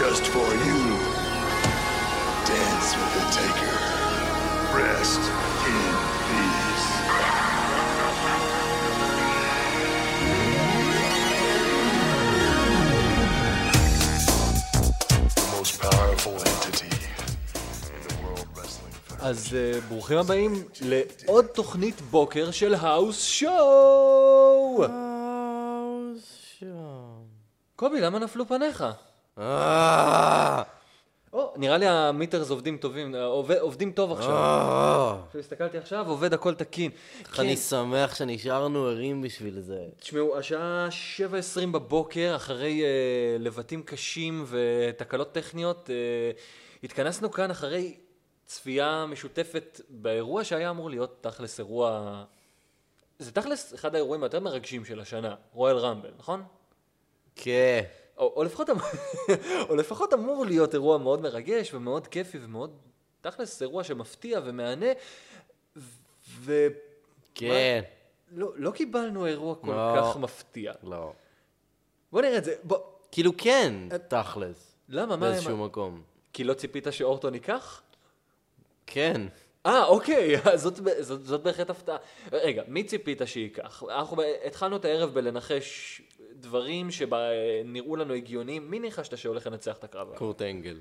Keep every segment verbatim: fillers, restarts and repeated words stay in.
just for you. Dance with the Taker. Rest in peace. The most powerful entity in the world wrestling federation. אז uh, ברוכים הבאים לעוד תוכנית בוקר של האוס שואו. האוס שואו. קובי, למה נפלו פניך? אה! או, נראה לי המיטרס עובדים טובים, עובד, עובדים טוב עכשיו. אה! כשהסתכלתי עכשיו, עובד הכל תקין. איך אני שמח שנשארנו ערים בשביל זה. תשמעו, השעה שבע עשרים בבוקר, אחרי uh, לבטים קשים ותקלות טכניות, uh, התכנסנו כאן אחרי צפייה משותפת באירוע שהיה אמור להיות תכלס אירוע... זה תכלס אחד האירועים היותר מרגשים של השנה, רויאל רמבל, נכון? כן. או, או, לפחות, או לפחות אמור להיות אירוע מאוד מרגש ומאוד כיפי ומאוד תכלס אירוע שמפתיע ומענה. ו... כן. מה? לא, לא קיבלנו אירוע כל לא. כך מפתיע. לא. בוא נראה את זה. בוא... כאילו כן, תכלס. למה? מה? באיזשהו מה? מקום. כי לא ציפית שאורטון ייקח? כן. אה, אוקיי, זאת, זאת, זאת בהחלט הפתעה. רגע, מי ציפית שייקח? אנחנו התחלנו את הערב בלנחש דברים שנראו לנו הגיוניים. מי ניחשת שהולך לנצח את הקרב? קורט אנגל.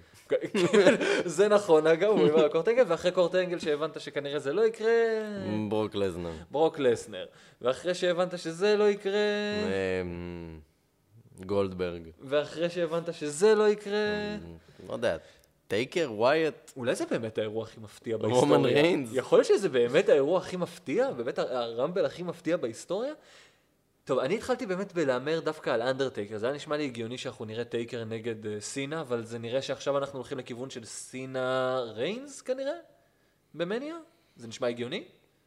זה נכון, אגב, הוא אמר קורט אנגל, ואחרי קורט אנגל שהבנת שכנראה זה לא יקרה... ברוק לזנר. ברוק לסנר. ואחרי שהבנת שזה לא יקרה... אמ, גולדברג. ואחרי שהבנת שזה לא יקרה... לא יודע. טייקר, ווייט. אולי זה באמת האירוע הכי מפתיע בהיסטוריה. רומן ריינס. יכול להיות שזה באמת האירוע הכי מפתיע? באמת הרמבל הכי מפתיע בהיסטוריה? טוב, אני התחלתי באמת בלאמר דווקא על אנדרטייקר. זה היה נשמע לי הגיוני שאנחנו נראה טייקר נגד uh, סינה, אבל זה נראה שעכשיו אנחנו הולכים לכיוון של סינה ריינס כנראה? במניה? זה נשמע הגיוני?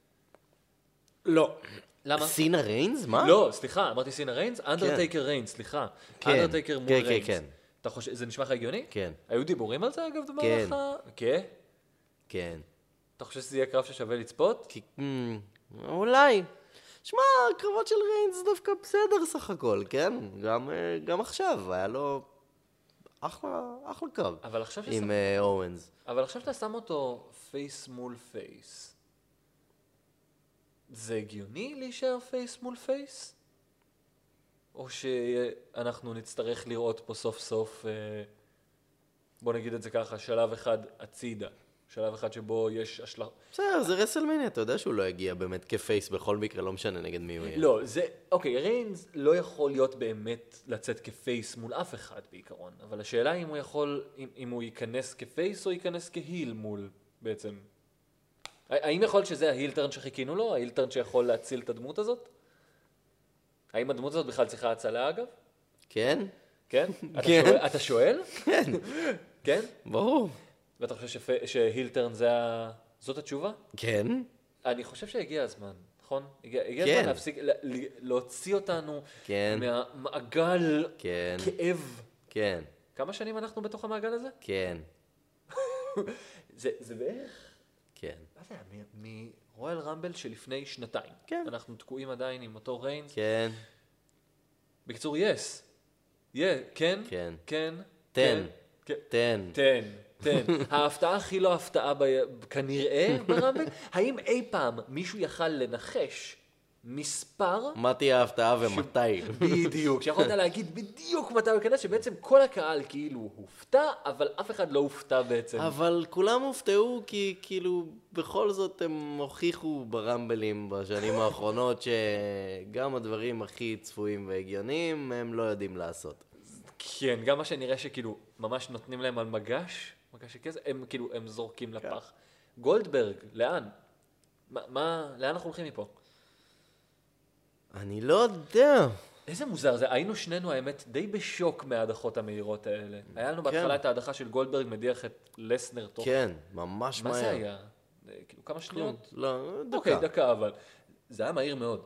לא. למה? סינה ריינס? מה? לא, סליחה, אמרתי סינה ריינס? אנדרטייקר ריינס, סליחה. כן. אנדרטייקר מול כן, ריינס. כן, כן. אתה חושב, זה נשמע לך הגיוני? כן. היו דיבורים על זה אגב במהלך? כן. ה- כן? כן. אתה חושב שזה יהיה קרב ששווה לצפות? כי- אמ, אולי. שמע, הקרבות של ריינס דווקא בסדר סך הכל, כן? גם, אה, גם עכשיו, היה לו אחלה, אחלה קרב. אבל עכשיו עם ששם... אה, אורנס. אבל עכשיו שאתה שם אותו פייס מול פייס, זה הגיוני להישאר פייס מול פייס? או שאנחנו נצטרך לראות פה סוף סוף, אה, בוא נגיד את זה ככה, שלב אחד הצידה. שלב אחד שבו יש השלח... בסדר, זה רסלמניה, אתה יודע שהוא לא יגיע באמת כפייס בכל מקרה, לא משנה נגד מי הוא יהיה. לא, זה... אוקיי, ריינס לא יכול להיות באמת לצאת כפייס מול אף אחד בעיקרון, אבל השאלה אם הוא יכול, אם, אם הוא ייכנס כפייס או ייכנס כהיל מול בעצם. האם יכול להיות שזה ההילטרן שחיכינו לו? ההילטרן שיכול להציל את הדמות הזאת? האם הדמות הזאת בכלל צריכה הצלה אגב? כן? כן? אתה כן. שואל? אתה שואל? כן. כן? ברור. ואתה חושב שפ... שהילטרן זה ה... זאת התשובה? כן? אני חושב שהגיע הזמן, נכון? הגיע, הגיע כן. הזמן להפסיק, לה, להוציא אותנו כן. מהמעגל כן. כאב. כן. כמה שנים אנחנו בתוך המעגל הזה? כן. זה, זה בערך, כן. לא יודע, מ- מרויאל רמבל שלפני שנתיים. כן. אנחנו תקועים עדיין עם אותו ריינס. כן. בקיצור, יס. יא, כן? כן. כן? תן. כן. תן. תן, תן. ההפתעה הכי לא הפתעה ב- כנראה ברמבל. האם אי פעם מישהו יכל לנחש מספר מה תהיה ההפתעה ומתי? בדיוק, שיכולת להגיד בדיוק מתי הוא ייכנס, שבעצם כל הקהל כאילו הופתע, אבל אף אחד לא הופתע בעצם. אבל כולם הופתעו כי כאילו בכל זאת הם הוכיחו ברמבלים בשנים האחרונות שגם הדברים הכי צפויים והגיוניים הם לא יודעים לעשות. כן, גם מה שנראה שכאילו ממש נותנים להם על מגש, מגש כזה, הם כאילו, הם זורקים לפח. גולדברג, לאן? מה, מה, לאן אנחנו הולכים מפה? אני לא יודע. איזה מוזר זה, היינו שנינו האמת די בשוק מההדחות המהירות האלה. היה לנו בהתחלה את ההדחה של גולדברג מדיח את לסנר תוך... כן, ממש מהר. מה זה היה? כאילו כמה שניות? לא, דקה. אוקיי, דקה אבל. זה היה מהיר מאוד.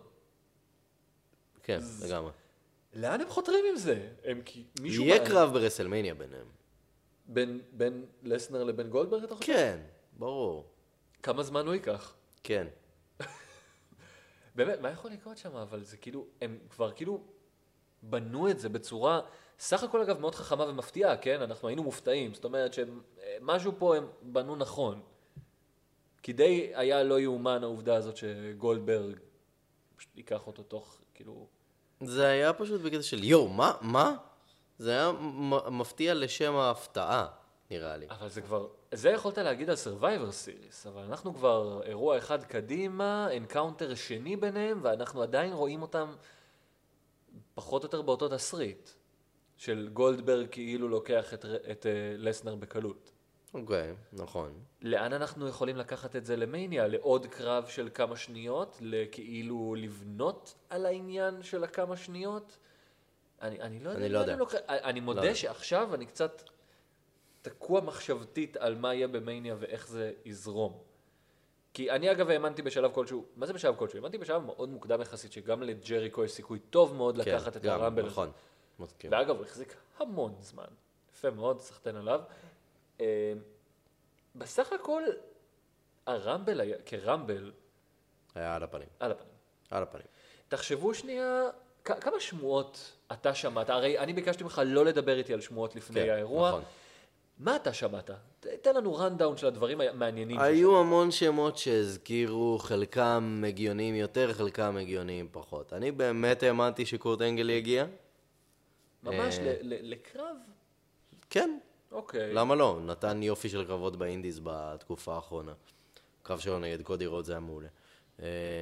כן, לגמרי. לאן הם חותרים עם זה? הם כי... מישהו... יהיה מה- קרב ברסלמניה ביניהם. בין, בין לסנר לבין גולדברג אתה חושב? כן, ברור. כמה זמן הוא ייקח? כן. באמת, מה יכול לקרות שם? אבל זה כאילו, הם כבר כאילו בנו את זה בצורה, סך הכל אגב מאוד חכמה ומפתיעה, כן? אנחנו היינו מופתעים, זאת אומרת שמשהו פה הם בנו נכון. כי די היה לא יאומן העובדה הזאת שגולדברג פשוט ייקח אותו תוך, כאילו... זה היה פשוט בקטע של יו, מה? מה? זה היה מ- מפתיע לשם ההפתעה, נראה לי. אבל זה כבר, זה יכולת להגיד על Survivor Series, אבל אנחנו כבר אירוע אחד קדימה, אנקאונטר שני ביניהם, ואנחנו עדיין רואים אותם פחות או יותר באותו תסריט, של גולדברג כאילו לוקח את, את uh, לסנר בקלות. אוקיי, נכון. לאן אנחנו יכולים לקחת את זה למניה? לעוד קרב של כמה שניות? לכאילו לבנות על העניין של הכמה שניות? אני, אני לא יודע. אני לא יודע. אני, לוקח, אני מודה לא שעכשיו אני קצת תקוע מחשבתית על מה יהיה במניה ואיך זה יזרום. כי אני אגב האמנתי בשלב כלשהו, מה זה בשלב כלשהו? האמנתי בשלב מאוד מוקדם יחסית, שגם לג'ריקו יש סיכוי טוב מאוד כן, לקחת את גם, הרמבל הזה. נכון. מסכים. ואגב, הוא החזיק המון זמן. יפה מאוד, סחטן עליו. אה, בסך הכל, הרמבל היה, כרמבל, היה על הפנים. על הפנים. על הפנים. תחשבו שנייה, כ- כמה שמועות אתה שמעת? הרי אני ביקשתי ממך לא לדבר איתי על שמועות לפני כן, האירוע. נכון. מה אתה שמעת? ת- תן לנו רנדאון של הדברים המעניינים. היו המון שמות שהזכירו, חלקם הגיוניים יותר, חלקם הגיוניים פחות. אני באמת האמנתי שקורט אנגל יגיע. ממש אה. ל- ל- לקרב? כן, אוקיי. למה לא? נתן יופי של קרבות באינדיז בתקופה האחרונה. קרב שלו נגד קודי רוד זה היה מעולה. אמ,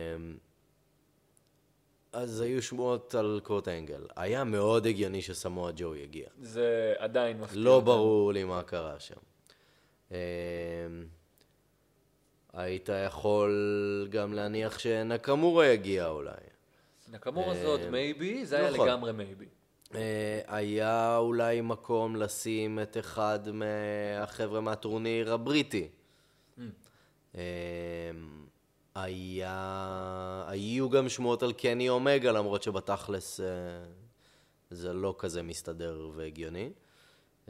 אז היו שמועות על קורט אנגל. היה מאוד הגיוני שסמואה ג'ו יגיע. זה עדיין מפתיע. לא אותנו. ברור לי מה קרה שם. אמ, היית יכול גם להניח שנקמורה יגיע אולי. נקמורה זה עוד מייבי, זה היה נכון. לגמרי מייבי. אה, היה אולי מקום לשים את אחד מהחבר'ה מהטורניר הבריטי. אה, היה... היו גם שמועות על קני אומגה, למרות שבתכלס אה, זה לא כזה מסתדר והגיוני. אה,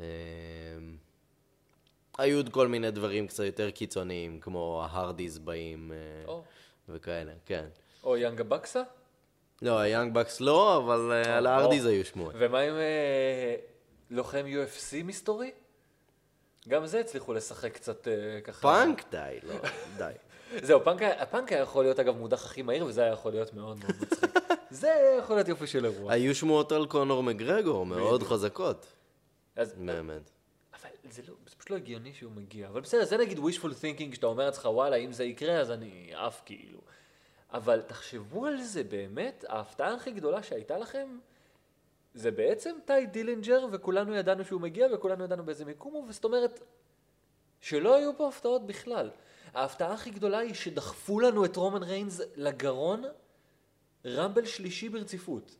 היו עוד כל מיני דברים קצת יותר קיצוניים, כמו ההרדיז באים אה, או. וכאלה, כן. או יאנגה בקסה? לא, היאנג בקס לא, אבל אה, על ההרדיז היו שמועות. ומה עם אה, לוחם יו אף סי מסתורי? גם זה הצליחו לשחק קצת אה, ככה. פאנק? די, לא, די. זהו, פאנק היה- הפאנק היה יכול להיות אגב מודח הכי מהיר, וזה היה יכול להיות מאוד מאוד מצחיק. זה יכול להיות יופי של אירוע. היו שמועות על קונור מגרגור, מאוד חזקות. אז, באמת. אבל זה, לא, זה פשוט לא הגיוני שהוא מגיע. אבל בסדר, זה נגיד wishful thinking, שאתה אומר לעצמך, וואלה, אם זה יקרה, אז אני עף כאילו. אבל תחשבו על זה באמת, ההפתעה הכי גדולה שהייתה לכם, זה בעצם טי דילינג'ר, וכולנו ידענו שהוא מגיע, וכולנו ידענו באיזה מיקום הוא, וזאת אומרת, שלא היו פה הפתעות בכלל. ההפתעה הכי גדולה היא שדחפו לנו את רומן ריינס לגרון, רמבל שלישי ברציפות.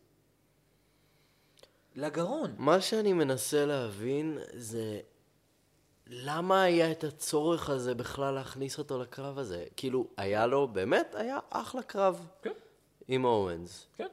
לגרון. מה שאני מנסה להבין זה למה היה את הצורך הזה בכלל להכניס אותו לקרב הזה? כאילו, היה לו, באמת היה אחלה קרב כן, עם אורנס. כן.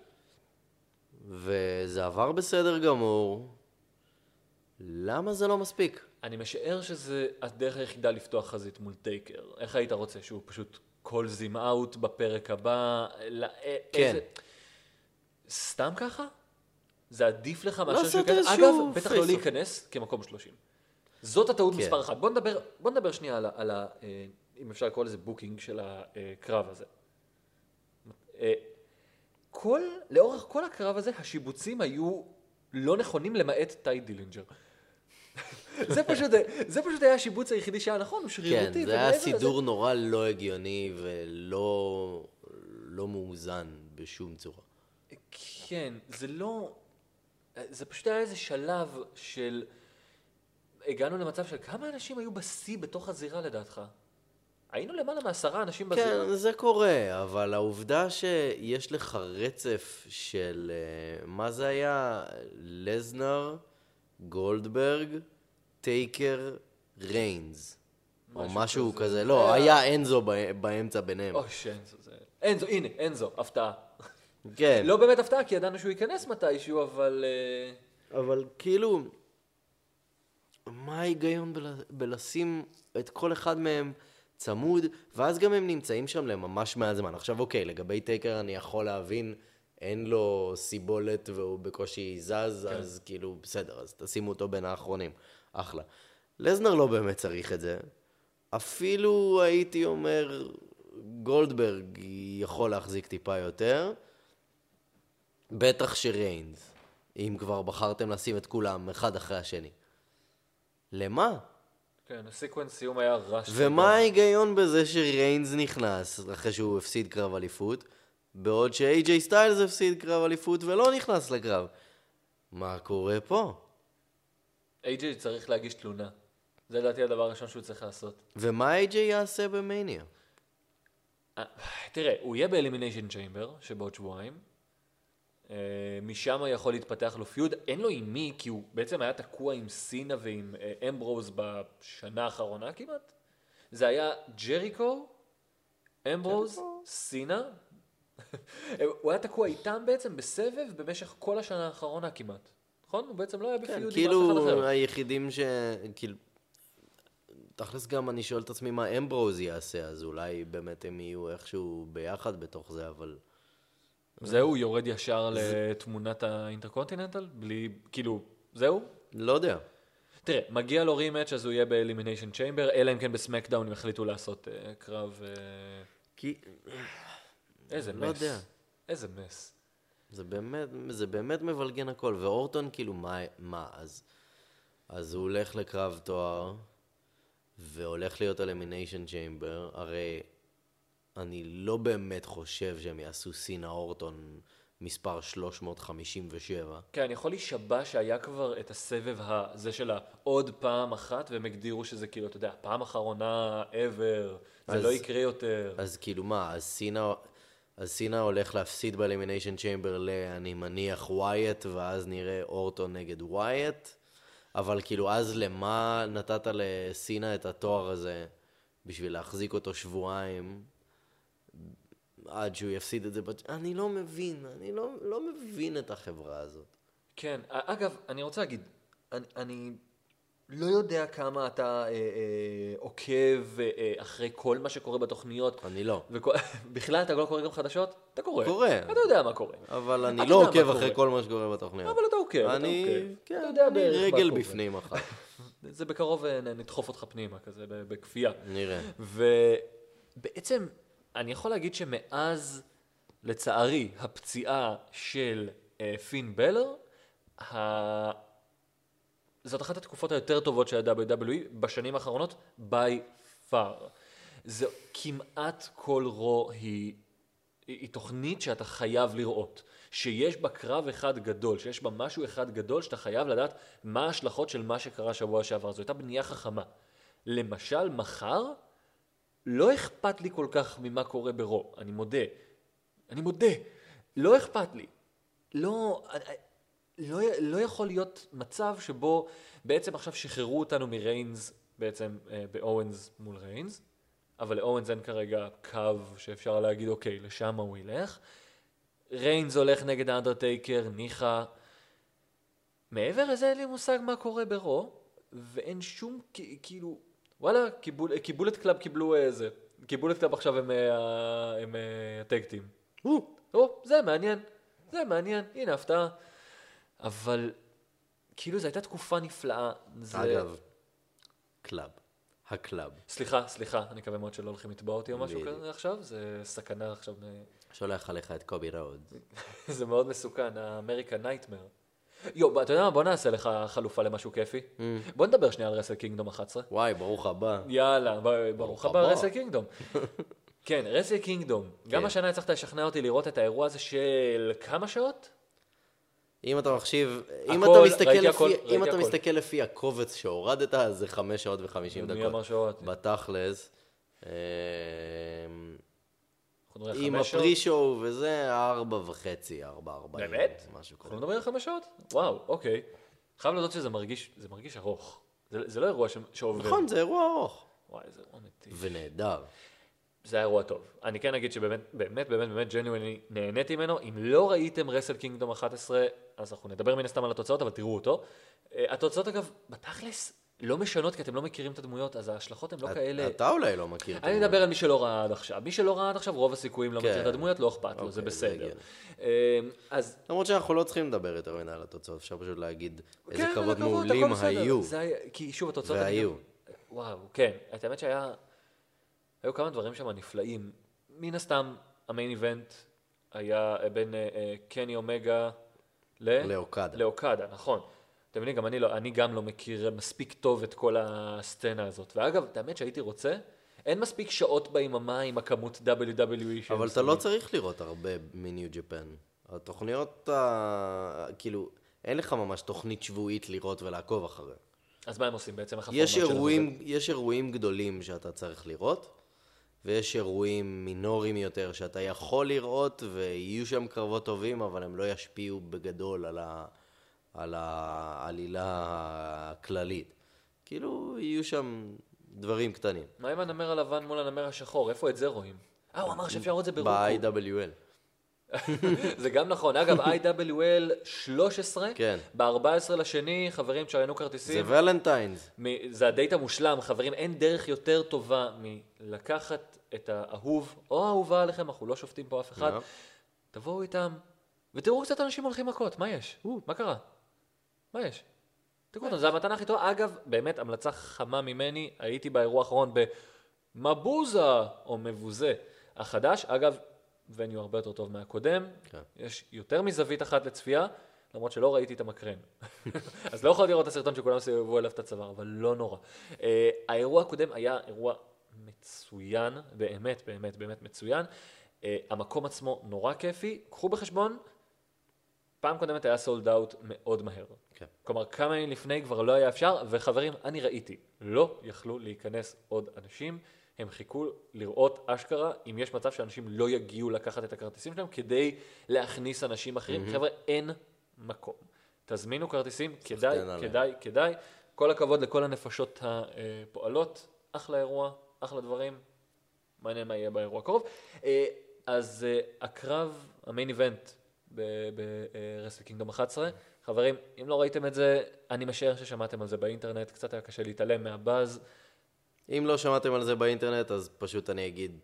וזה עבר בסדר גמור. למה זה לא מספיק? אני משער שזה הדרך היחידה לפתוח חזית מול טייקר. איך היית רוצה שהוא פשוט call him out בפרק הבא? לא, כן. איזה... סתם ככה? זה עדיף לך מאשר לעשות שהוא ייכנס? איזשהו אגב, בטח לא פייס-אוף. להיכנס כמקום שלושים. זאת הטעות כן. מספר אחת. בוא נדבר, בוא נדבר שנייה על, ה- על ה... אה, אם אפשר לקרוא לזה בוקינג של הקרב הזה. אה, כל, לאורך כל הקרב הזה, השיבוצים היו לא נכונים למעט טי דילינג'ר. זה פשוט, זה פשוט היה השיבוץ היחידי שהיה נכון, הוא שרירותי. כן, זה היה ומעבר סידור לזה- נורא לא הגיוני ולא לא מאוזן בשום צורה. כן, זה לא... זה פשוט היה איזה שלב של... הגענו למצב של כמה אנשים היו בשיא בתוך הזירה לדעתך? היינו למעלה מעשרה אנשים בזירה. כן, זה קורה, אבל העובדה שיש לך רצף של... אה, מה זה היה? לזנר, גולדברג, טייקר, ריינס. או משהו משהו כזה. כזה. לא, היה- היה אנזו בא- באמצע ביניהם. אוי, שאנזו זה... אנזו, הנה, אנזו, הפתעה. כן. לא באמת הפתעה, כי ידענו שהוא ייכנס מתישהו, אבל... אה, אבל כאילו, מה ההיגיון בל... בלשים את כל אחד מהם צמוד, ואז גם הם נמצאים שם לממש מעט זמן. עכשיו אוקיי, לגבי טייקר אני יכול להבין אין לו סיבולת והוא בקושי זז, כן. אז כאילו, בסדר, אז תשימו אותו בין האחרונים. אחלה. לזנר לא באמת צריך את זה. אפילו הייתי אומר, גולדברג יכול להחזיק טיפה יותר. בטח שריינס, אם כבר בחרתם לשים את כולם אחד אחרי השני. למה? כן, הסיקוונס סיום היה רש. ומה ההיגיון בזה שריינס נכנס אחרי שהוא הפסיד קרב אליפות, בעוד ש-איי ג'יי סטיילס הפסיד קרב אליפות ולא נכנס לקרב? מה קורה פה? איי ג'יי צריך להגיש תלונה. זה לדעתי הדבר הראשון שהוא צריך לעשות. ומה איי ג'יי יעשה במניה? תראה, הוא יהיה באלימיניישן צ'יימבר, שבעוד שבועיים. משם יכול להתפתח לו פיוד. אין לו עם מי, כי הוא בעצם היה תקוע עם סינה ועם אמברוז בשנה האחרונה כמעט. זה היה ג'ריקו, אמברוז, סינה. הוא היה תקוע איתם בעצם בסבב במשך כל השנה האחרונה כמעט. נכון? הוא בעצם לא היה בפיוד עם אף אחד אחר. כאילו היחידים ש... כאילו... תכלס גם אני שואל את עצמי מה אמברוז יעשה, אז אולי באמת הם יהיו איכשהו ביחד בתוך זה, אבל... זהו, יורד ישר לתמונת האינטרקונטיננטל? בלי, כאילו, זהו? לא יודע. תראה, מגיע לו רימאץ' אז הוא יהיה באלימיניישן צ'יימבר, אלא אם כן בסמקדאון הם החליטו לעשות uh, קרב... Uh... כי... איזה לא מס. יודע. איזה מס. זה באמת, זה באמת מבלגן הכל, ואורטון כאילו, מה, מה, אז... אז הוא הולך לקרב תואר, והולך להיות אלימיניישן צ'יימבר, הרי... אני לא באמת חושב שהם יעשו סינה אורטון מספר שלוש מאות חמישים ושבע. כן, אני יכול להישבע שהיה כבר את הסבב הזה של העוד פעם אחת, והם הגדירו שזה כאילו, אתה יודע, פעם אחרונה, ever, זה אז, לא יקרה יותר. אז כאילו מה, אז סינה, אז סינה הולך להפסיד באלימיניישן צ'יימבר ל, אני מניח ווייט, ואז נראה אורטון נגד ווייט, אבל כאילו אז למה נתת לסינה את התואר הזה, בשביל להחזיק אותו שבועיים, עד שהוא יפסיד את זה, אני לא מבין, אני לא, לא מבין את החברה הזאת. כן, אגב, אני רוצה להגיד, אני, אני לא יודע כמה אתה אה, אה, עוקב אה, אחרי כל מה שקורה בתוכניות. אני לא. וכל, בכלל אתה לא קורא גם חדשות? אתה קורא. קורא. אתה יודע מה קורה. אבל אני לא עוקב אחרי כל מה שקורה בתוכניות. אבל אתה עוקב, אני, אתה עוקב. כן, אתה יודע אני בערך מה רגל קורה. בפנים אחת. זה בקרוב נדחוף אותך פנימה, כזה, בכפייה. נראה. ובעצם, אני יכול להגיד שמאז, לצערי, הפציעה של אה, פין בלר, ה... זאת אחת התקופות היותר טובות של ה-דאבליו דאבליו אי בשנים האחרונות, by far. זה כמעט כל רו היא, היא, היא תוכנית שאתה חייב לראות. שיש בה קרב אחד גדול, שיש בה משהו אחד גדול, שאתה חייב לדעת מה ההשלכות של מה שקרה שבוע שעבר. זו הייתה בנייה חכמה. למשל, מחר, לא אכפת לי כל כך ממה קורה ברו, אני מודה. אני מודה. לא אכפת לי. לא, לא, לא יכול להיות מצב שבו בעצם עכשיו שחררו אותנו מריינס, בעצם אה, באורנס מול ריינס, אבל לאורנס אין כרגע קו שאפשר להגיד, אוקיי, לשם הוא ילך. ריינס הולך נגד האנדרטייקר, ניחה. מעבר לזה אין לי מושג מה קורה ברו, ואין שום, כאילו... וואלה, קיבול, קיבולת קלאב קיבלו איזה, קיבולת קלאב עכשיו הם, הם הטקטים. או, או, זה מעניין, זה מעניין, הנה הפתעה. אבל, כאילו זו הייתה תקופה נפלאה. זה... אגב, קלאב, הקלאב. סליחה, סליחה, אני מקווה מאוד שלא הולכים לתבוע אותי או משהו כזה עכשיו, זה סכנה עכשיו. שולח עליך את קובי רוד. זה מאוד מסוכן, האמריקן נייטמר. יו, אתה יודע מה? בוא נעשה לך חלופה למשהו כיפי. Mm. בוא נדבר שנייה על רסל קינגדום אחת עשרה. וואי, ברוך הבא. יאללה, ברוך הבא רסל קינגדום. כן, רסל קינגדום. גם השנה הצלחת לשכנע אותי לראות את האירוע הזה של כמה שעות? אם אתה מחשיב, אם הכל, אתה מסתכל ראיתי לפי, הכל, אם ראיתי אתה הכל. מסתכל לפי הקובץ שהורדת, אז זה חמש שעות וחמישים מי דקות. אמר שעות? בתכלס. אמ, אנחנו נראה עם חמש שעות? הפרי-שואו וזה, ארבע וחצי, ארבע, ארבעים. באמת? משהו כזה. אנחנו נדבר על חמש שעות? וואו, אוקיי. חייב לדעת שזה מרגיש, זה מרגיש ארוך. זה, זה לא אירוע ש- שעובר. נכון, זה אירוע ארוך. וואי, זה אירוע מטיף. ונהדר. זה היה אירוע טוב. אני כן אגיד שבאמת, באמת, באמת, באמת, ג'נואלי נהניתי ממנו. אם לא ראיתם רסל קינגדום אחת עשרה, אז אנחנו נדבר מן הסתם על התוצאות, אבל תראו אותו. Uh, התוצאות אגב, בתכלס, לא משנות, כי אתם לא מכירים את הדמויות, אז ההשלכות הן לא כאלה... אתה אולי לא מכיר את אני הדמויות. מדבר על מי שלא ראה עד עכשיו. מי שלא ראה עד עכשיו, רוב הסיכויים לא מכיר את הדמויות, לא אכפת לו, זה בסדר. אז... למרות שאנחנו לא צריכים לדבר יותר מדי על התוצאות, אפשר פשוט להגיד איזה כן, קרבות הקרבות, מעולים הכל בסדר. היו. זה היה- כי שוב, התוצאות... והיו. אני- וואו, כן. את האמת שהיה... היו כמה דברים שם נפלאים. מן הסתם, המיין איבנט היה בין אה, אה, קני אומגה ל... לאוקדה. לאוקדה, נכון. אתם מבינים, גם אני, לא, אני גם לא מכיר מספיק טוב את כל הסצנה הזאת. ואגב, את האמת שהייתי רוצה, אין מספיק שעות ביממה עם הכמות דאבליו דאבליו אי שהם אבל אתה שמים. לא צריך לראות הרבה מניו ג'פן. התוכניות, ה- כאילו, אין לך ממש תוכנית שבועית לראות ולעקוב אחריה. אז מה הם עושים בעצם? איך יש הפורמט שלהם אירועים, יש אירועים גדולים שאתה צריך לראות, ויש אירועים מינוריים יותר שאתה יכול לראות, ויהיו שם קרבות טובים, אבל הם לא ישפיעו בגדול על, ה, על העלילה הכללית. כאילו, יהיו שם דברים קטנים. מה עם הנמר הלבן מול הנמר השחור? איפה את זה רואים? אה, הוא אמר שאפשר לראות את זה ברוקו. ב-איי דאבליו אל. זה גם נכון. אגב, איי דאבליו אל שלוש עשרה, כן. ב-ארבעה עשר לשני, חברים, תשריינו כרטיסים. זה ולנטיינס. מ- זה הדייט המושלם, חברים, אין דרך יותר טובה מלקחת את האהוב או האהובה עליכם, אנחנו לא שופטים פה אף אחד, לא. תבואו איתם ותראו קצת אנשים הולכים מכות, מה יש? מה קרה? מה יש? תראו אותם, זה המתנה הכי טובה. אגב, באמת, המלצה חמה ממני, הייתי באירוע האחרון במבוזה, או מבוזה, החדש. אגב, וניו הרבה יותר טוב מהקודם, כן. יש יותר מזווית אחת לצפייה, למרות שלא ראיתי את המקרן. אז לא יכול לראות את הסרטון שכולם סיבבו אליו את הצוואר, אבל לא נורא. Uh, האירוע הקודם היה אירוע מצוין, באמת, באמת, באמת מצוין. Uh, המקום עצמו נורא כיפי. קחו בחשבון, פעם קודמת היה סולד אאוט מאוד מהר. כן. כלומר, כמה ימים לפני כבר לא היה אפשר, וחברים, אני ראיתי, לא יכלו להיכנס עוד אנשים. הם חיכו לראות אשכרה אם יש מצב שאנשים לא יגיעו לקחת את הכרטיסים שלהם כדי להכניס אנשים אחרים. חבר'ה, אין מקום. תזמינו כרטיסים, כדאי, עליהם. כדאי, כדאי. כל הכבוד לכל הנפשות הפועלות. אחלה אירוע, אחלה דברים. מעניין מה יהיה באירוע הקרוב. אז הקרב, המיין איבנט ברסל קינגדום אחת עשרה. חברים, אם לא ראיתם את זה, אני משער ששמעתם על זה באינטרנט. קצת היה קשה להתעלם מהבאז. אם לא שמעתם על זה באינטרנט, אז פשוט אני אגיד,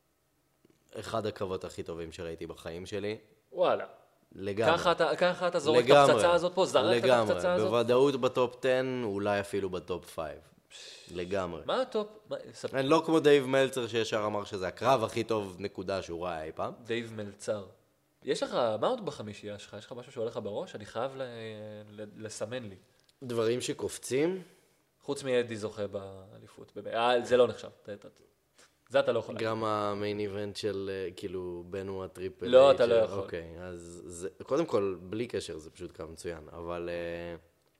אחד הקרבות הכי טובים שראיתי בחיים שלי. וואלה. לגמרי. ככה אתה, ככה אתה זורק את לגמרי. הפצצה הזאת פה, זרקת את הפצצה הזאת? לגמרי, בוודאות בטופ עשר, אולי אפילו בטופ חמש. לגמרי. מה הטופ? מה- ספ- אני לא כמו דייב מלצר שישר אמר שזה הקרב הכי טוב נקודה שהוא ראה אי פעם. דייב מלצר. יש לך, מה עוד בחמישייה שלך? יש לך משהו שעולה לך בראש? אני חייב ל- ל- לסמן לי. דברים שקופצים, חוץ מאדי זוכה באליפות. באמת. אה, זה לא נחשב. ת- ת- זה אתה לא יכול. גם המיין איבנט של אה, כאילו בנו הטריפל. לא, אייץ' אתה לא של- יכול. אוקיי, אז זה, קודם כל, בלי קשר זה פשוט קרב מצוין, אבל אה,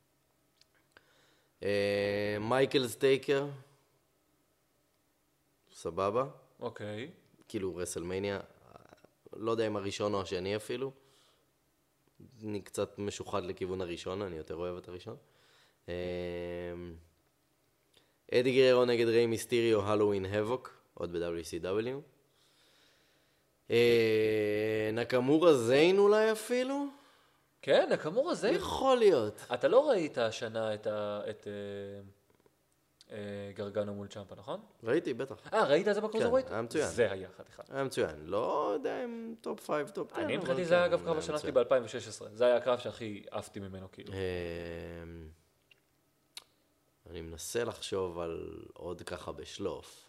אה, מייקל סטייקר, סבבה, אוקיי. כאילו רסלמניה, לא יודע אם הראשון או השני אפילו, אני קצת משוחד לכיוון הראשון, אני יותר אוהב את הראשון. אה, אדי גררו נגד ריי מיסטיריו, הלואוין הבוק, עוד ב-דאבליו סי דאבליו. אה, נקמורה זיין אולי אפילו? כן, נקמורה זה. יכול להיות. אתה לא ראית השנה את ה... את... אה, אה, גרגנו מול צ'מפה, נכון? ראיתי, בטח. אה, ראית את זה בקרוזרווייט? כן, היה מצוין. זה היה אחד אחד. היה מצוין. לא יודע אם טופ חמש, טופ עשר. אני אבל מבחינתי כן, זה היה אגב קרב היה השנה שלי מצוין. ב-אלפיים ושש עשרה. זה היה הקרב שהכי עפתי ממנו כאילו. אה, אני מנסה לחשוב על עוד ככה בשלוף.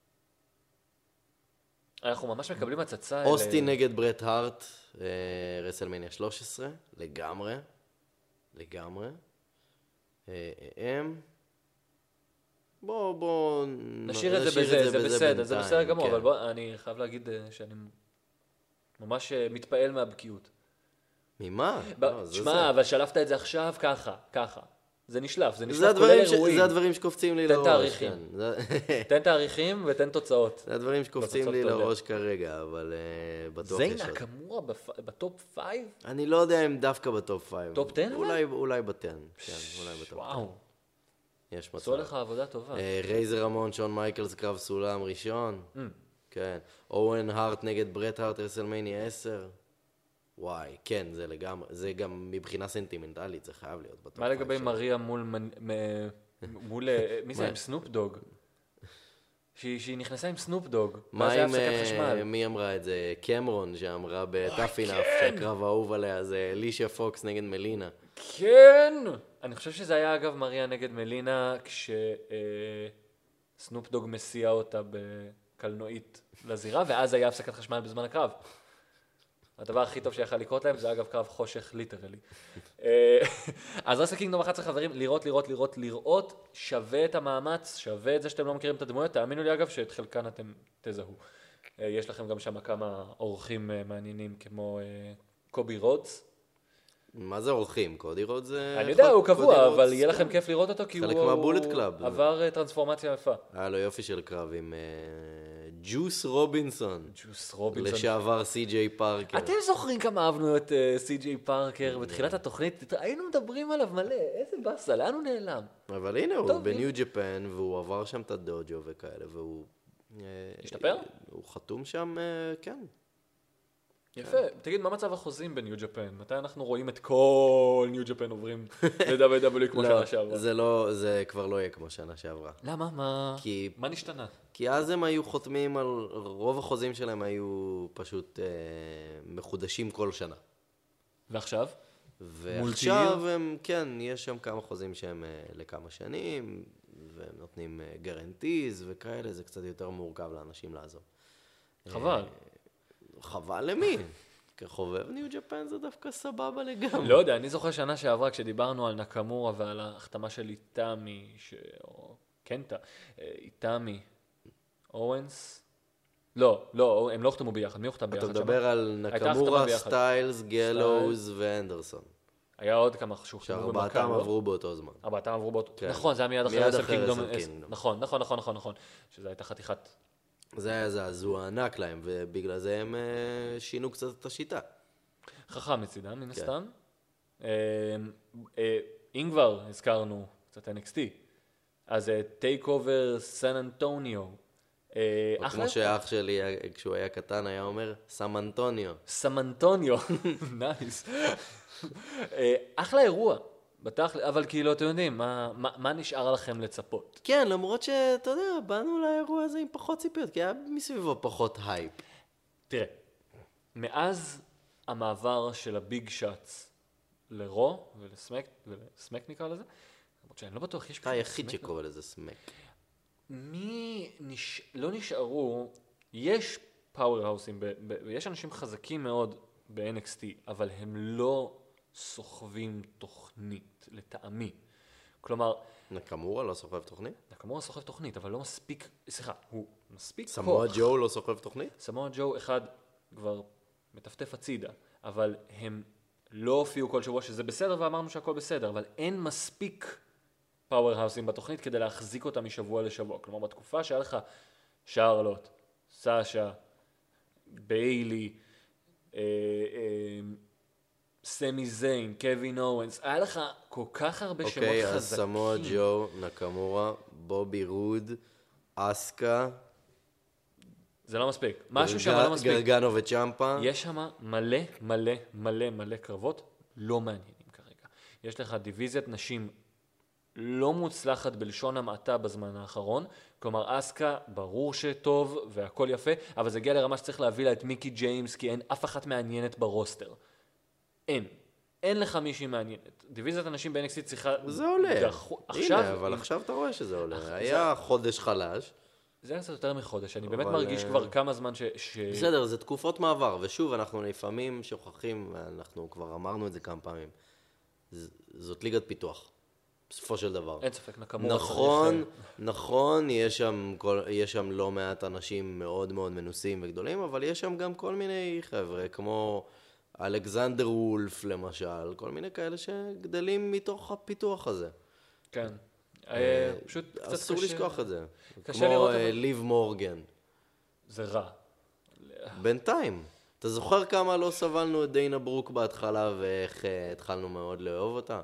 אנחנו ממש מקבלים הצצה. אוסטין אל- נגד ברט הארט, אה, רסלמניה שלוש עשרה, לגמרי. לגמרי. אה, אה, אמ. בוא, בוא... נשאיר את זה בזה, זה בסדר, זה בינתיים, בסדר גמור, כן. אבל בוא, אני חייב להגיד אה, שאני ממש אה, מתפעל מהבקיאות. ממה? ב- לא, זה שמע, זה. אבל שלפת את זה עכשיו ככה, ככה. זה נשלף, זה זה נשלף כולל הדברים ש- אירועים. זה הדברים שקופצים לי תן לראש. תאריכים. כן. זה- תן תאריכים ותן תוצאות. זה הדברים שקופצים בסוף לי אתה יודע. לראש כרגע, אבל אה, בטוח זיין יש עוד. נקמורה בפ- בטופ חמש? אני לא יודע אם דווקא בטופ חמש. טופ עשר אבל? אולי, אולי בטן, כן, אולי בטופ עשר. וואו, יש עשו מצב. לך עבודה טובה. אה, רייזר רמון, שון מייקלס, קרב סולם ראשון. Mm. כן. אורן הארט נגד ברט הארט, רסלמניה עשר. וואי, כן, זה לגמרי, זה גם מבחינה סנטימנטלית, זה חייב להיות בטופ מה לגבי חמש. מריה מול מנ- מ- מול, אה, מי זה? עם סנופ דוג. שהיא, שהיא נכנסה עם סנופ דוג. מה ואז היה עם, הפסקת אה, חשמל. מי אמרה את זה? קמרון שאמרה בטאפינאף, כן! שהקרב האהוב עליה זה לישה פוקס נגד מלינה. כן! אני חושב שזה היה אגב מריה נגד מלינה, כשסנופ דוג מסיע אותה בקלנועית לזירה, ואז היה הפסקת חשמל בזמן הקרב. הדבר הכי טוב שיכל לקרות להם, זה אגב קרב חושך ליטרלי. אז רסל קינגדום אחת עשרה חברים, לראות, לראות, לראות, לראות, שווה את המאמץ, שווה את זה שאתם לא מכירים את הדמויות, תאמינו לי אגב שאת חלקן אתם תזהו. יש לכם גם שם כמה אורחים מעניינים כמו קובי רודס. מה זה אורחים? קודי רוד זה... אני יודע, הוא קודי קבוע, רודס, אבל יהיה לכם כן. כיף לראות אותו, כי חלק הוא מהבולט קלאב. עבר טרנספורמציה יפה. היה לו יופי של קרב עם אה, ג'וס רובינסון. ג'וס רובינסון. לשעבר סי.ג'יי פארקר. אתם זוכרים כמה אהבנו את סי.ג'יי פארקר בתחילת התוכנית? היינו מדברים עליו מלא, איזה באסה, לאן הוא נעלם? אבל הנה, הוא טוב, בניו ג'פן, והוא עבר שם את הדוג'ו וכאלה, והוא... אה, השתפר? הוא חתום שם, אה, כן. יפה, תגיד, מה מצב החוזים בניו ג'פן? מתי אנחנו רואים את כל ניו ג'פן עוברים ל-דאבליו דאבליו אי כמו שנה שעברה? זה לא, זה כבר לא יהיה כמו שנה שעברה. למה? מה? כי- מה נשתנה? כי אז הם היו חותמים על... רוב החוזים שלהם היו פשוט אה, מחודשים כל שנה. ועכשיו? ועכשיו הם, כן, יש שם כמה חוזים שהם אה, לכמה שנים, והם נותנים אה, גרנטיז וכאלה, זה קצת יותר מורכב לאנשים לעזוב. חבל. חבל למי? כחובב ניו ג'פן זה דווקא סבבה לגמרי. לא יודע, אני זוכר שנה שעברה כשדיברנו על נקמורה ועל ההחתמה של איתמי, ש... או קנטה, אה, איתמי, אורנס, לא, לא, הם לא הוחתמו ביחד, מי הוחתם ביחד? אתה שם? מדבר על הייתה החתמה נקמורה, ביחד. סטיילס, גלוז ואנדרסון. היה עוד כמה שהוחתמו שארבעתם במכה, לא? עברו באותו זמן. ארבעתם עברו באותו... כן. נכון, זה היה מיד אחרי מיד רסל אחרי קינגדום. רסל אס- קינגדום. נכון, נכון, נכון, נכון, נכון. שזה הייתה חתיכת... זה היה זעזוע ענק להם, ובגלל זה הם אה, שינו קצת את השיטה. חכם מצידם, מן כן. הסתם. אה, אה, אם כבר הזכרנו קצת אן אקס טי, אז טייק אובר סן אנטוניו. אה, או אחלה כמו שאח שלי, אה, כשהוא היה קטן, היה אומר, סם אנטוניו. סם אנטוניו, נייס. אה, אחלה אירוע, בתכל'ס, אבל כאילו, אתם יודעים, מה- מה מה נשאר לכם לצפות? כן, למרות שאתה יודע, באנו לאירוע הזה עם פחות ציפיות, כי היה מסביבו פחות הייפ. תראה, מאז המעבר של הביג שאטס לרו ולסמק, ולסמק נקרא לזה, למרות שאני לא בטוח, יש אתה היחיד סמק- שקורא לזה סמק. מי נש... לא נשארו, יש פאוור האוסים, ב... ב... יש אנשים חזקים מאוד ב-אן אקס טי, אבל הם לא סוחבים תוכנית, לטעמי. כלומר, נקמורה לא סוחב תוכנית? נקמורה סוחב תוכנית, אבל לא מספיק, סליחה, הוא מספיק כוח. סמואה ג'ו לא סוחב תוכנית? סמואה ג'ו אחד כבר מטפטף הצידה, אבל הם לא הופיעו כל שבוע, שזה בסדר ואמרנו שהכל בסדר, אבל אין מספיק פאוור האוסים בתוכנית כדי להחזיק אותה משבוע לשבוע. כלומר, בתקופה שהיה לך שרלוט, סאשה, ביילי, אה, אה, סמי זיין, קווין אורנס, היה לך כל כך הרבה שמות אוקיי, אז חזקים. סמואה ג'ו, נקמורה, בובי רוד, אסקה, זה לא מספיק. משהו שם לא מספיק. גרגנו וצ'מפה. יש שם מלא, מלא, מלא, מלא קרבות לא מעניינים כרגע. יש לך דיוויזיית נשים לא מוצלחת בלשון המעטה בזמן האחרון. כלומר, אסקה, ברור שטוב והכל יפה, אבל זה הגיע לרמה שצריך להביא לה את מיקי ג'יימס, כי אין אף אחת מעניינת ברוסטר. אין. אין לך מישהי מעניינת. דיוויזיית הנשים ב-אן אקס טי צריכה... זה עולה. דחו... עכשיו... הנה, אבל אם- עכשיו אתה רואה שזה עולה. היה חודש חלש. זה היה קצת יותר מחודש. אני באמת אבל, מרגיש אה, כבר כמה זמן ש... ש... בסדר, זה תקופות מעבר, ושוב, אנחנו לפעמים שוכחים, אנחנו כבר אמרנו את זה כמה פעמים, ז- זאת ליגת פיתוח, בסופו של דבר. אין ספק, נקמורה נכון, צריך... נכון, יש שם, כל, יש שם לא מעט אנשים מאוד מאוד מנוסים וגדולים, אבל יש שם גם כל מיני חבר'ה, כמו אלכסנדר וולף למשל, כל מיני כאלה שגדלים מתוך הפיתוח הזה. כן. אה, פשוט קצת אסור קשה- לשכוח את זה. קשה כמו לראות, אה, אבל- ליב מורגן. זה רע. בינתיים. אתה זוכר כמה לא סבלנו את דיינה ברוק בהתחלה ואיך אה, התחלנו מאוד לאהוב אותה?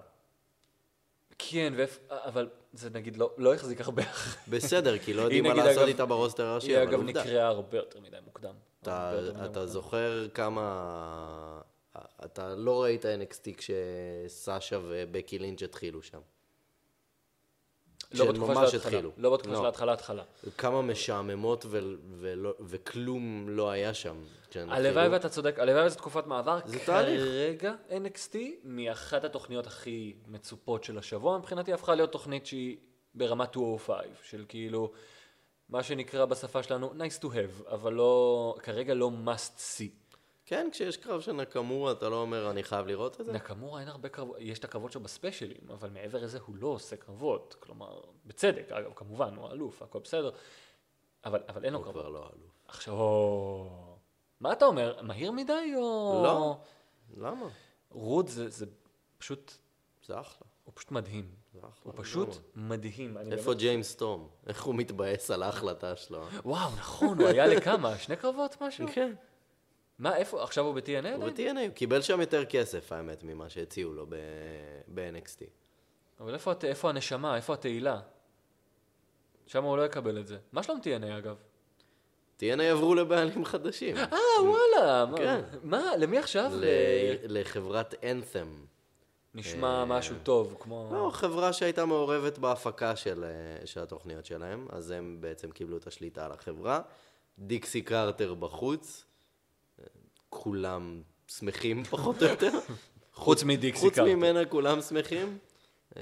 כן, ואיפ... אבל זה נגיד לא, לא החזיק הרבה. בסדר, כי לא היא יודעים מה נגיד, לעשות אגב- איתה ברוסטר הראשי, היא אבל אגב עובדה. נקראה הרבה יותר מדי מוקדם. אתה, הרבה יותר מדי אתה מוקדם. זוכר כמה... אתה לא ראית אן אקס טי כשסאשה ובקי לינץ' התחילו שם. לא בתקופה של שממש ההתחלה. התחילו. לא בתקופה לא. של ההתחלה, התחלה. כמה משעממות ו- ולא- וכלום לא היה שם. כשהן הלוואי התחילו. ואתה צודק, הלוואי וזו תקופת מעבר. זה תהליך. כרגע אן אקס טי, מאחת התוכניות הכי מצופות של השבוע, מבחינתי הפכה להיות תוכנית שהיא ברמה מאתיים וחמש, של כאילו, מה שנקרא בשפה שלנו, nice to have, אבל לא, כרגע לא must see. כן, כשיש קרב של נקמורה, אתה לא אומר, אני חייב לראות את זה? נקמורה אין הרבה קרבות, יש את הקרבות שלו בספיישלים, אבל מעבר לזה הוא לא עושה קרבות, כלומר, בצדק, אגב, כמובן, הוא אלוף, הכל בסדר, אבל, אבל אין לו הוא קרבות. כבר לא אלוף. עכשיו, או... מה אתה אומר, מהיר מדי או... לא. למה? רוד זה, זה פשוט, זה אחלה. הוא פשוט מדהים. זה אחלה. הוא פשוט למה? מדהים. אני איפה באמת... ג'יימס סטורם? איך הוא מתבאס על ההחלטה שלו? וואו, נכון, הוא היה לכמה? שני קרבות משהו? כן. מה, איפה? עכשיו הוא ב-טי אן איי? הוא ב-טי אן איי, הוא קיבל שם יותר כסף, האמת, ממה שהציעו לו ב-אן אקס טי. אבל איפה, הת- איפה הנשמה? איפה התהילה? שם הוא לא יקבל את זה. מה שלום טי אן איי אגב? טי אן איי עברו לבעלים חדשים. אה, וואלה. מה- כן. מה, למי עכשיו? ל- לחברת אנת'ם. נשמע משהו טוב, כמו... לא, חברה שהייתה מעורבת בהפקה של, אה, של התוכניות שלהם, אז הם בעצם קיבלו את השליטה על החברה. דיקסי קרטר בחוץ, אה, כולם שמחים פחות או יותר. חוץ מדיקסי חוץ קרטר. ממנה כולם שמחים. אה,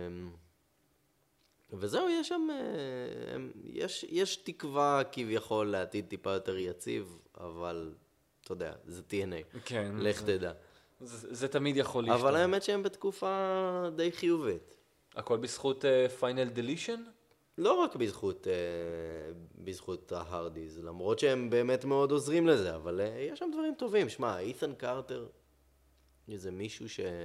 וזהו, יש שם, אה, הם- יש, יש תקווה כביכול לעתיד טיפה יותר יציב, אבל אתה יודע, זה טי אן איי. כן. לך זה- תדע. זה, זה תמיד יכול להשתנות. אבל האמת שהם בתקופה די חיובית. הכל בזכות פיינל דלישן? לא רק בזכות, אה, בזכות ההרדיז, למרות שהם באמת מאוד עוזרים לזה, אבל אה, יש שם דברים טובים. שמע, אית'ן קרטר, זה מישהו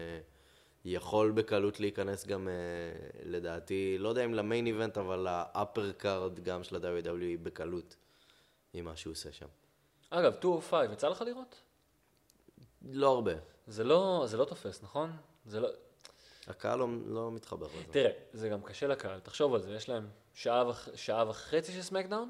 שיכול בקלות להיכנס גם, אה, לדעתי, לא יודע אם למיין איבנט, אבל לאפר קארד גם של ה-דאבליו דאבליו אי בקלות, עם מה שהוא עושה שם. אגב, מאתיים וחמש, יצא לך לראות? לא הרבה. זה לא, זה לא תופס, נכון? זה לא... הקהל לא, לא מתחבר לזה. תראה, זה גם קשה לקהל, תחשוב על זה, יש להם שעה, וח... שעה וחצי של סמקדאון,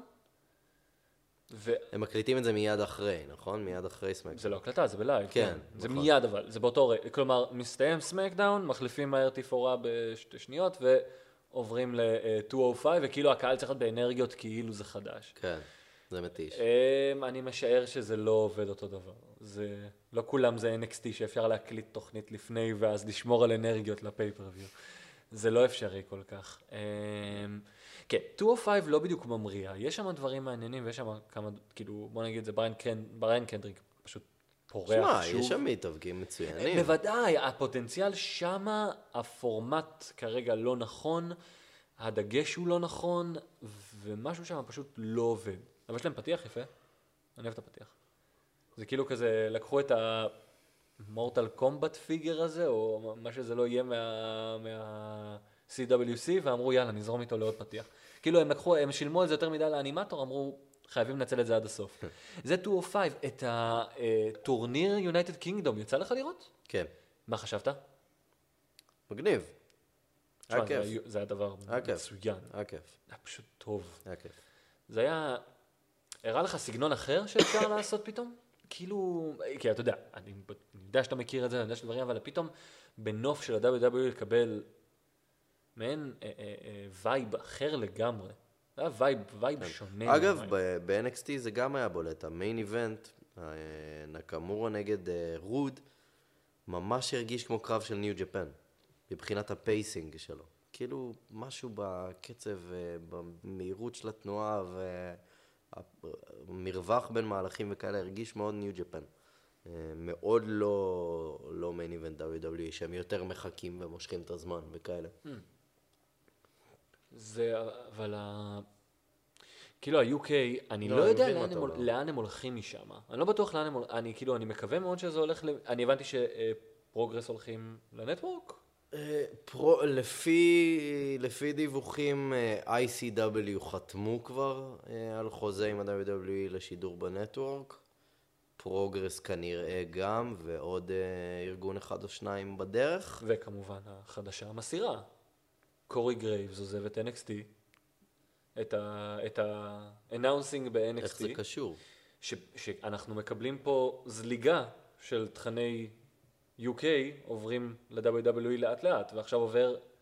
וזה הם מקליטים את זה מיד אחרי, נכון? מיד אחרי סמק. לא הקלטה, זה בלייב, כן, כן. זה נכון. מיד אבל, זה באותו רגע, כלומר, מסתיים סמקדאון, מחליפים מהר תפאורה בשתי שניות, ועוברים ל-מאתיים וחמש, וכאילו הקהל צריך להיות באנרגיות כאילו זה חדש. כן, זה מתיש. אמ, אני משער שזה לא עובד אותו דבר. זה, לא כולם זה אן אקס טי שאפשר להקליט תוכנית לפני ואז לשמור על אנרגיות לפייפריוויו. זה לא אפשרי כל כך. אמ, כן, מאתיים וחמש לא בדיוק ממריאה. יש שם דברים מעניינים ויש שם כמה, כאילו, בוא נגיד, זה בריין, קן, בריין קנדריק פשוט פורח שמע, שוב. יש שם מתאבקים מצוינים. בוודאי, הפוטנציאל שמה, הפורמט כרגע לא נכון, הדגש הוא לא נכון, ומשהו שם פשוט לא עובד. אבל יש להם פתיח יפה, אני אוהב את הפתיח. זה כאילו כזה, לקחו את המורטל קומבט פיגר הזה, או מה שזה לא יהיה מה, מה-סי דאבליו סי, ואמרו יאללה, נזרום איתו לעוד פתיח. כאילו הם לקחו, הם שילמו על זה יותר מדי לאנימטור, אמרו, חייבים לנצל את זה עד הסוף. זה מאתיים וחמש, את הטורניר יונייטד קינגדום, יצא לך לראות? כן. מה חשבת? מגניב. תשמע, היה זה כיף. היה- זה היה דבר היה כיף. מצוין. היה כיף. זה היה פשוט טוב. היה כיף. זה היה... הראה לך סגנון אחר שאפשר לעשות פתאום? כאילו... כי אתה יודע, אני אני יודע שאתה מכיר את זה, אני יודע שדברים, אבל פתאום בנוף של ה-דאבליו דאבליו אי לקבל מעין אה, אה, אה, וייב אחר לגמרי. זה היה וייב, וייב שונה. אגב, מהווייב. ב-אן אקס טי זה גם היה בולט. המיין איבנט, נקמורה נגד אה, רוד, ממש הרגיש כמו קרב של ניו ג'פן, מבחינת הפייסינג שלו. כאילו, משהו בקצב, אה, במהירות של התנועה והמרווח בין מהלכים וכאלה, הרגיש מאוד ניו ג'פן. אה, מאוד לא, לא מיין איבנט דאבליו דאבליו אי, שהם יותר מחכים ומושכים את הזמן וכאלה. זה, אבל ה... כאילו ה-יו קיי, אני לא, לא אני יודע מבין לאן מה הם, אתה הול- אומר. לאן הם הולכים משם. אני לא בטוח לאן הם הולכים, אני כאילו, אני מקווה מאוד שזה הולך ל... אני הבנתי שפרוגרס הולכים לנטוורק? אה, פרו, לפי, לפי דיווחים, אה, איי סי דאבליו חתמו כבר אה, על חוזה עם ה-דאבליו דאבליו אי לשידור בנטוורק. פרוגרס כנראה גם, ועוד אה, ארגון אחד או שניים בדרך. וכמובן החדשה המסירה. קורי גרייבס עוזב את אן אקס טי, את ה... את ה-announcing ב-אן אקס איך זה טי, קשור? ש... שאנחנו מקבלים פה זליגה של תכני יו קיי עוברים ל-דאבליו דאבליו אי לאט לאט, ועכשיו עובר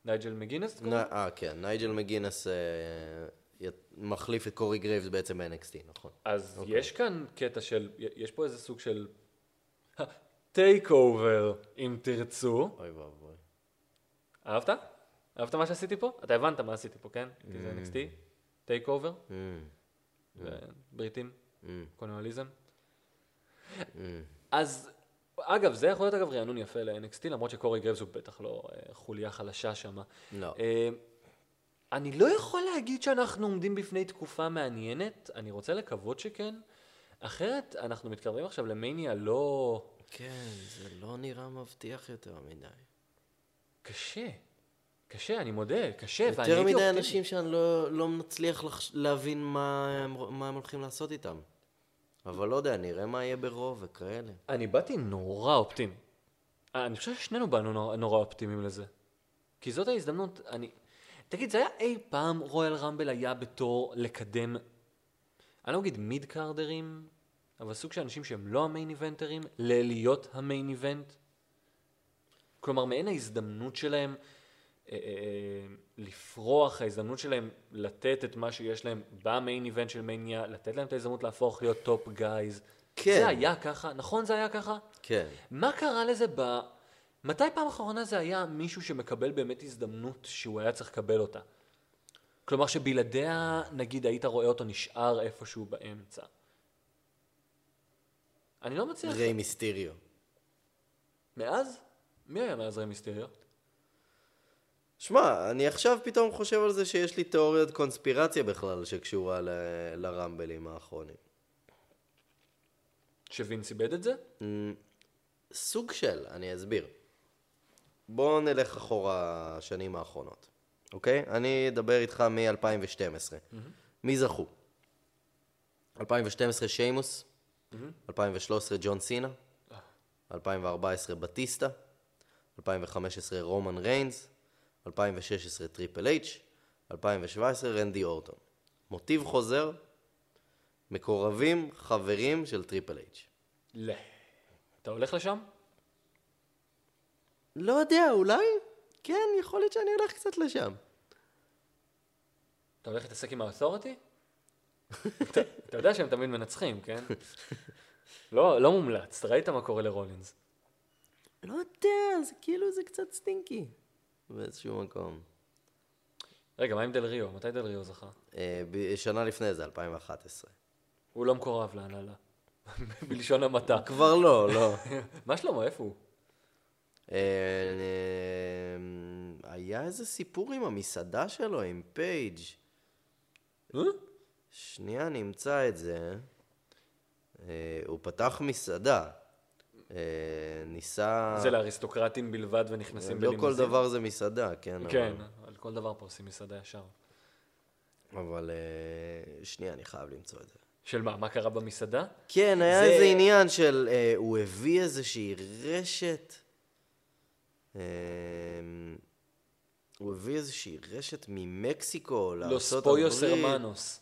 נייג'ל מגינס? נ- אה, כן, נייג'ל מגינס אה, י- מחליף את קורי גרייבס בעצם ב-אן אקס טי, נכון. אז אוקיי. יש כאן קטע של, יש פה איזה סוג של טייק אובר, אם תרצו. אוי ואבוי. אהבת? אהבת מה שעשיתי פה? אתה הבנת מה עשיתי פה, כן? כי זה אן אקס טי, טייק אובר, Mm, בריטים, mm, קולוניאליזם. mm. אז, אגב, זה יכול להיות אגב רענון יפה ל-אן אקס טי, למרות שקורי גרייבס הוא בטח לא אה, חוליה חלשה שם. לא. אה, אני לא יכול להגיד שאנחנו עומדים בפני תקופה מעניינת, אני רוצה לקוות שכן, אחרת אנחנו מתקרבים עכשיו למניה לא... כן, זה לא נראה מבטיח יותר מדי. קשה, קשה, אני מודה, קשה, ואני יותר הייתי מדי אופטימי. אנשים שאני לא, לא מצליח לחש... להבין מה הם, מה הם הולכים לעשות איתם. אבל לא יודע, נראה מה יהיה ברוב וכאלה. אני באתי נורא אופטימי. אני חושב ששנינו באנו נורא, נורא אופטימיים לזה. כי זאת ההזדמנות, אני... תגיד, זה היה אי פעם רויאל רמבל היה בתור לקדם, אני לא אגיד מיד קארדרים, אבל סוג של אנשים שהם לא המיין איבנטרים, ללהיות המיין איבנט? כלומר, מעין ההזדמנות שלהם אה, אה, לפרוח, ההזדמנות שלהם לתת את מה שיש להם במיין איבנט של מניה, לתת להם את ההזדמנות להפוך להיות טופ גייז. כן. זה היה ככה, נכון זה היה ככה? כן. מה קרה לזה ב... מתי פעם אחרונה זה היה מישהו שמקבל באמת הזדמנות שהוא היה צריך לקבל אותה? כלומר שבלעדיה, נגיד, היית רואה אותו נשאר איפשהו באמצע. אני לא מצליח... ריי מיסטריו. מאז? מי היה מאז ריי מיסטריו? שמע, אני עכשיו פתאום חושב על זה שיש לי תיאוריית קונספירציה בכלל שקשורה ל- לרמבלים האחרונים. שווינס איבד את זה? סוג של, אני אסביר. בואו נלך אחורה השנים האחרונות, אוקיי? אני אדבר איתך מ-אלפיים ושתים עשרה. מי זכו? אלפיים ושתים עשרה שיימוס, אלפיים ושלוש עשרה ג'ון סינה, אלפיים וארבע עשרה בטיסטה, אלפיים וחמש עשרה רומן ריינס, אלפיים ושש עשרה טריפל אייץ', אלפיים ושבע עשרה רנדי אורטון. מוטיב חוזר, מקורבים, חברים של טריפל אייץ'. לא. אתה הולך לשם? לא יודע, אולי? כן, יכול להיות שאני הולך קצת לשם. אתה הולך להתעסק עם האותוריטי? אתה, אתה יודע שהם תמיד מנצחים, כן? לא, לא מומלץ, אתה ראית מה קורה לרולינס. לא יודע, זה כאילו זה קצת סטינקי. באיזשהו מקום. רגע, מה עם דל ריו? מתי דל ריו זכה? אה, ב- שנה לפני זה, אלפיים ואחת עשרה. הוא לא מקורב להנהלה. בלשון המעטה. כבר לא, לא. מה שלמה, איפה הוא? אה, אה, היה איזה סיפור עם המסעדה שלו, עם פייג'. אה? שנייה, נמצא את זה. אה, הוא פתח מסעדה. אה, ניסה... זה לאריסטוקרטים בלבד ונכנסים לא בלימוזין? כל דבר זה מסעדה, כן. כן, אבל- על כל דבר פה עושים מסעדה ישר. אבל אה, שנייה, אני חייב למצוא את זה. של מה? מה קרה במסעדה? כן, היה זה- איזה עניין של, אה, הוא הביא איזושהי רשת, אה, הוא הביא איזושהי רשת ממקסיקו לא לארצות ספויוס הברית, הרמנוס.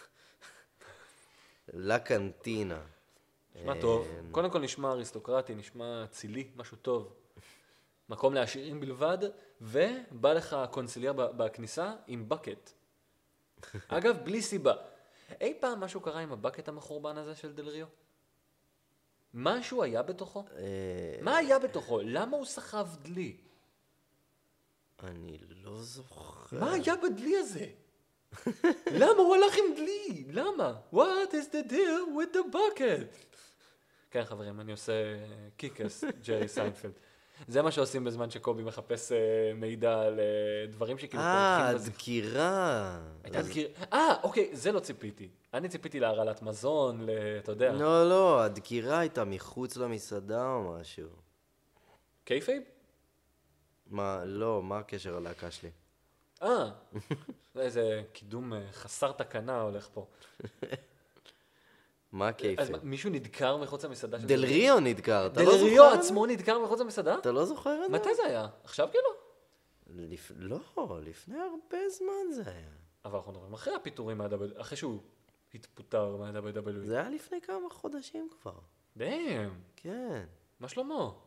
לקנטינה. נשמע אה, טוב. קודם כל נשמע אריסטוקרטי, נשמע צילי, משהו טוב. מקום לעשירים בלבד, ובא לך קונסיליה ב- בכניסה עם בקט. אגב, בלי סיבה. אי פעם משהו קרה עם הבקט המחורבן הזה של דל ריו? משהו היה בתוכו? אה, מה היה בתוכו? למה הוא סחב דלי? אני לא זוכר. מה היה בדלי הזה? למה הוא הלך עם דלי? למה? What is the deal with the bucket? כן חברים, אני עושה קיקס, ג'רי סיינפלד. זה מה שעושים בזמן שקובי מחפש אה, מידע על אה, דברים שכאילו אה, פורחים בזיכרון. דקירה. הייתה דקיר... אה, אוקיי, זה לא ציפיתי. אני ציפיתי להרעלת מזון, ל... אתה יודע. לא, לא, הדקירה הייתה מחוץ למסעדה או משהו. קייפייב? מה, לא, מה הקשר הלהקה שלי? אה, איזה קידום אה, חסר תקנה הולך פה. מה אז הקייפים? מה, מישהו נדקר מחוץ למסעדה של דל ריו נדקר, אתה דל לא זוכר? ריו את זה? עצמו נדקר מחוץ למסעדה? אתה לא זוכר את זה? מתי זה היה? עכשיו כאילו? לפ... לא, לפני הרבה זמן זה היה. אבל אנחנו מדברים אחרי הפיטורים מה-דאבליו, אחרי שהוא התפוטר מה-דאבליו דאבליו אי. זה היה לפני כמה חודשים כבר. דאם, כן. מה שלמה?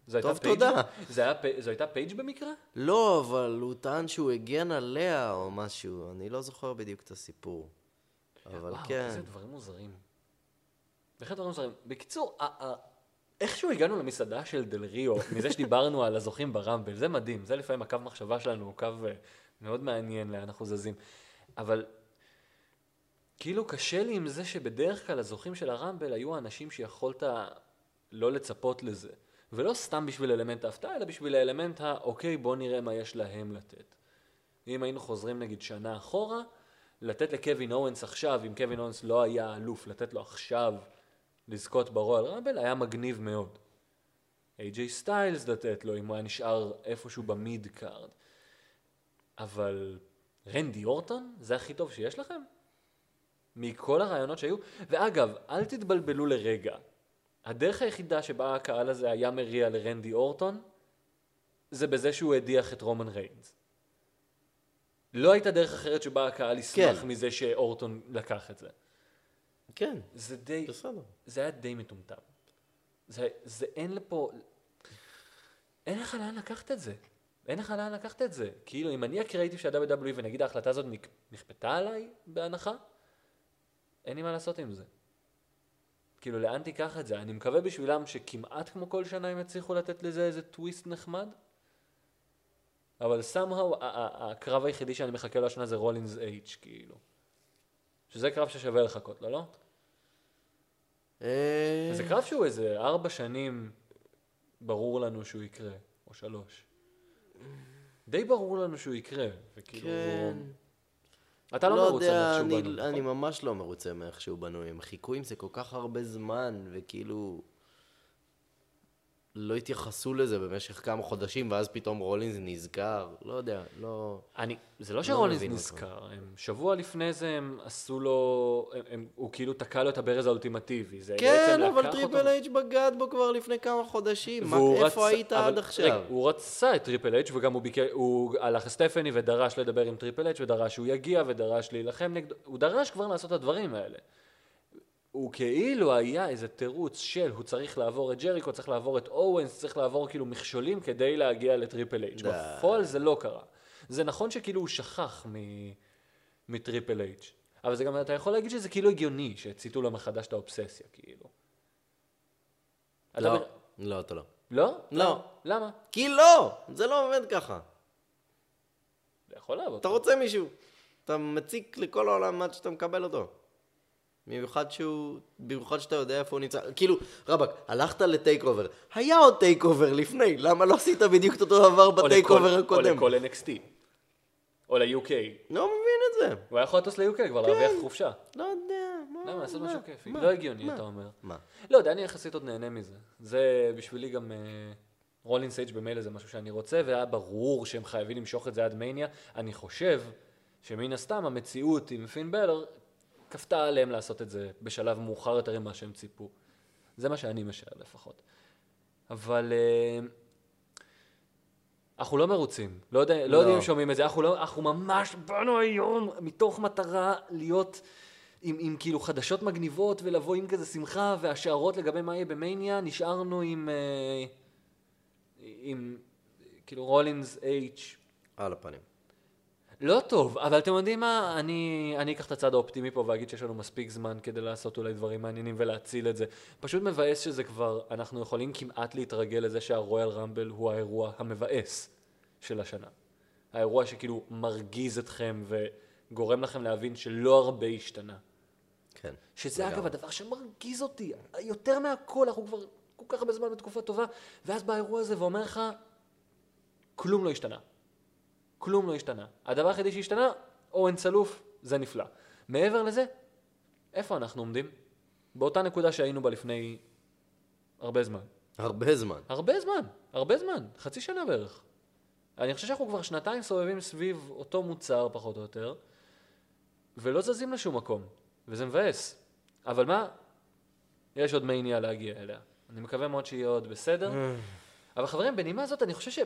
זו הייתה טוב, פייג'? תודה. זה היה פ- זו הייתה פייג' במקרה? לא, אבל הוא טען שהוא הגן עליה או משהו, אני לא זוכר בדיוק את הסיפור. אבל וואו, כן. איזה דברים מוזרים. בהחלט דברים מוזרים. בקיצור, ה- ה- איכשהו הגענו למסעדה של דל ריו, מזה שדיברנו על הזוכים ברמבל, זה מדהים, זה לפעמים הקו מחשבה שלנו, הוא קו אה, מאוד מעניין לאן אנחנו זזים. אבל כאילו קשה לי עם זה שבדרך כלל הזוכים של הרמבל היו האנשים שיכולת לא לצפות לזה. ולא סתם בשביל אלמנט ההפתעה, אלא בשביל האלמנט האוקיי, בוא נראה מה יש להם לתת. אם היינו חוזרים נגיד שנה אחורה, לתת לקווין אורנס עכשיו, אם קווין אורנס לא היה אלוף, לתת לו עכשיו לזכות ברואל רמבל, היה מגניב מאוד. איי ג'יי סטיילס לתת לו, אם הוא היה נשאר איפשהו במיד קארד. אבל רנדי אורטון, זה הכי טוב שיש לכם? מכל הרעיונות שהיו, ואגב, אל תתבלבלו לרגע. הדרך היחידה שבה הקהל הזה היה מריע לרנדי אורטון, זה בזה שהוא הדיח את רומן ריינס. לא הייתה דרך אחרת שבה הקהל ישמח כן. מזה שאורטון לקח את זה. כן, זה די, בסדר. זה היה די מטומטם. זה, זה אין לפה, אין לך לאן לקחת את זה. אין לך לאן לקחת את זה. כאילו, אם אני הקריאיטיב של ה-דאבליו דאבליו אי ונגיד ההחלטה הזאת נק- נכפתה עליי בהנחה, אין לי מה לעשות עם זה. כאילו, לאן תיקח את זה? אני מקווה בשבילם שכמעט כמו כל שנה הם יצליחו לתת לזה איזה טוויסט נחמד. אבל somehow, ה- ה- הקרב היחידי שאני מחכה לו השנה זה רולינס אייץ', כאילו. שזה קרב ששווה לחכות לו, לא? אה, זה קרב שהוא איזה ארבע שנים ברור לנו שהוא יקרה, או שלוש. די ברור לנו שהוא יקרה, וכאילו... כן. אתה לא, לא מרוצה יודע, מאיך שהוא אני, בנוי, אני נכון? ממש לא מרוצה מאיך שהוא בנוי. הם חיכו עם זה כל כך הרבה זמן, וכאילו... לא התייחסו לזה במשך כמה חודשים, ואז פתאום רולינס נזכר. לא יודע, לא... אני, זה לא שרולינס מבין נזכר, הם, שבוע לפני זה הם עשו לו, הם, הם, הוא כאילו תקע לו את הברז האולטימטיבי. זה כן, בעצם אבל לקח טריפל אותו- אייץ' בגד בו כבר לפני כמה חודשים. מה, והוא איפה רצה- היית אבל- עד רגע, עכשיו? הוא רצה את טריפל אייץ' וגם הוא, ביקר, הוא הלך לסטפני ודרש לדבר עם טריפל אייץ' ודרש שהוא יגיע ודרש להילחם נגדו, הוא דרש כבר לעשות את הדברים האלה. הוא כאילו היה איזה תירוץ של הוא צריך לעבור את ג'ריקו, צריך לעבור את אוונס, צריך לעבור כאילו מכשולים כדי להגיע לטריפל אייץ'. די. בפועל זה לא קרה. זה נכון שכאילו הוא שכח מ... מטריפל אייץ'. אבל זה גם, אתה יכול להגיד שזה כאילו הגיוני, שהציתו לו מחדש את האובססיה, כאילו. אתה לא, ב- לא, אתה לא. לא? לא. למה? כי לא! זה לא עובד ככה. זה יכול לעבוד. אתה רוצה מישהו. אתה מציק לכל העולם עד שאתה מקבל אותו. במיוחד שהוא, במיוחד שאתה יודע איפה הוא נמצא. כאילו, רבק, הלכת לטייק אובר. היה עוד טייק אובר לפני, למה לא עשית בדיוק את אותו דבר או בטייק לכל- אובר הקודם? או לכל אן אקס טי. או ל-יו קיי. לא מבין את זה. הוא היה יכול לטוס ל-יו קיי כבר להרוויח חופשה. לא יודע, מה? למה? לעשות מה? משהו כיפי. מה? לא הגיוני, מה? אתה אומר. מה? לא יודע, אני יחסית עוד נהנה מזה. זה בשבילי גם רולינס אייץ' במילא זה משהו שאני רוצה, והיה ברור שהם חייבים למשוך את זה עד מניה. אני חושב שמן הסתם המציאות עם פין בלר כפתה עליהם לעשות את זה בשלב מאוחר יותר ממה שהם ציפו. זה מה שאני משער לפחות. אבל אה, אנחנו לא מרוצים. לא יודע, לא לא. יודעים אם שומעים את זה. אנחנו, לא, אנחנו ממש באנו היום מתוך מטרה להיות עם, עם כאילו חדשות מגניבות ולבוא עם כזה שמחה והשערות לגבי מה יהיה במניה. נשארנו עם, אה, עם כאילו רולינס אייץ'. על הפנים. לא טוב, אבל אתם יודעים מה? אני, אני אקח את הצד האופטימי פה ואגיד שיש לנו מספיק זמן כדי לעשות אולי דברים מעניינים ולהציל את זה. פשוט מבאס שזה כבר, אנחנו יכולים כמעט להתרגל לזה שהרויאל רמבל הוא האירוע המבאס של השנה. האירוע שכאילו מרגיז אתכם וגורם לכם להבין שלא הרבה השתנה. כן. שזה לגמרי. אגב הדבר שמרגיז אותי, יותר מהכל, אנחנו כבר כל כך הרבה זמן בתקופה טובה, ואז באירוע הזה ואומר לך, כלום לא השתנה. כלום לא השתנה. הדבר היחידי שהשתנה, אורנס אלוף, זה נפלא. מעבר לזה, איפה אנחנו עומדים? באותה נקודה שהיינו בה לפני הרבה זמן. הרבה זמן. הרבה זמן, הרבה זמן, חצי שנה בערך. אני חושב שאנחנו כבר שנתיים סובבים סביב אותו מוצר, פחות או יותר, ולא זזים לשום מקום, וזה מבאס. אבל מה? יש עוד מניה להגיע אליה. אני מקווה מאוד שיהיה עוד בסדר. אבל חברים, בנימה הזאת, אני חושב ש...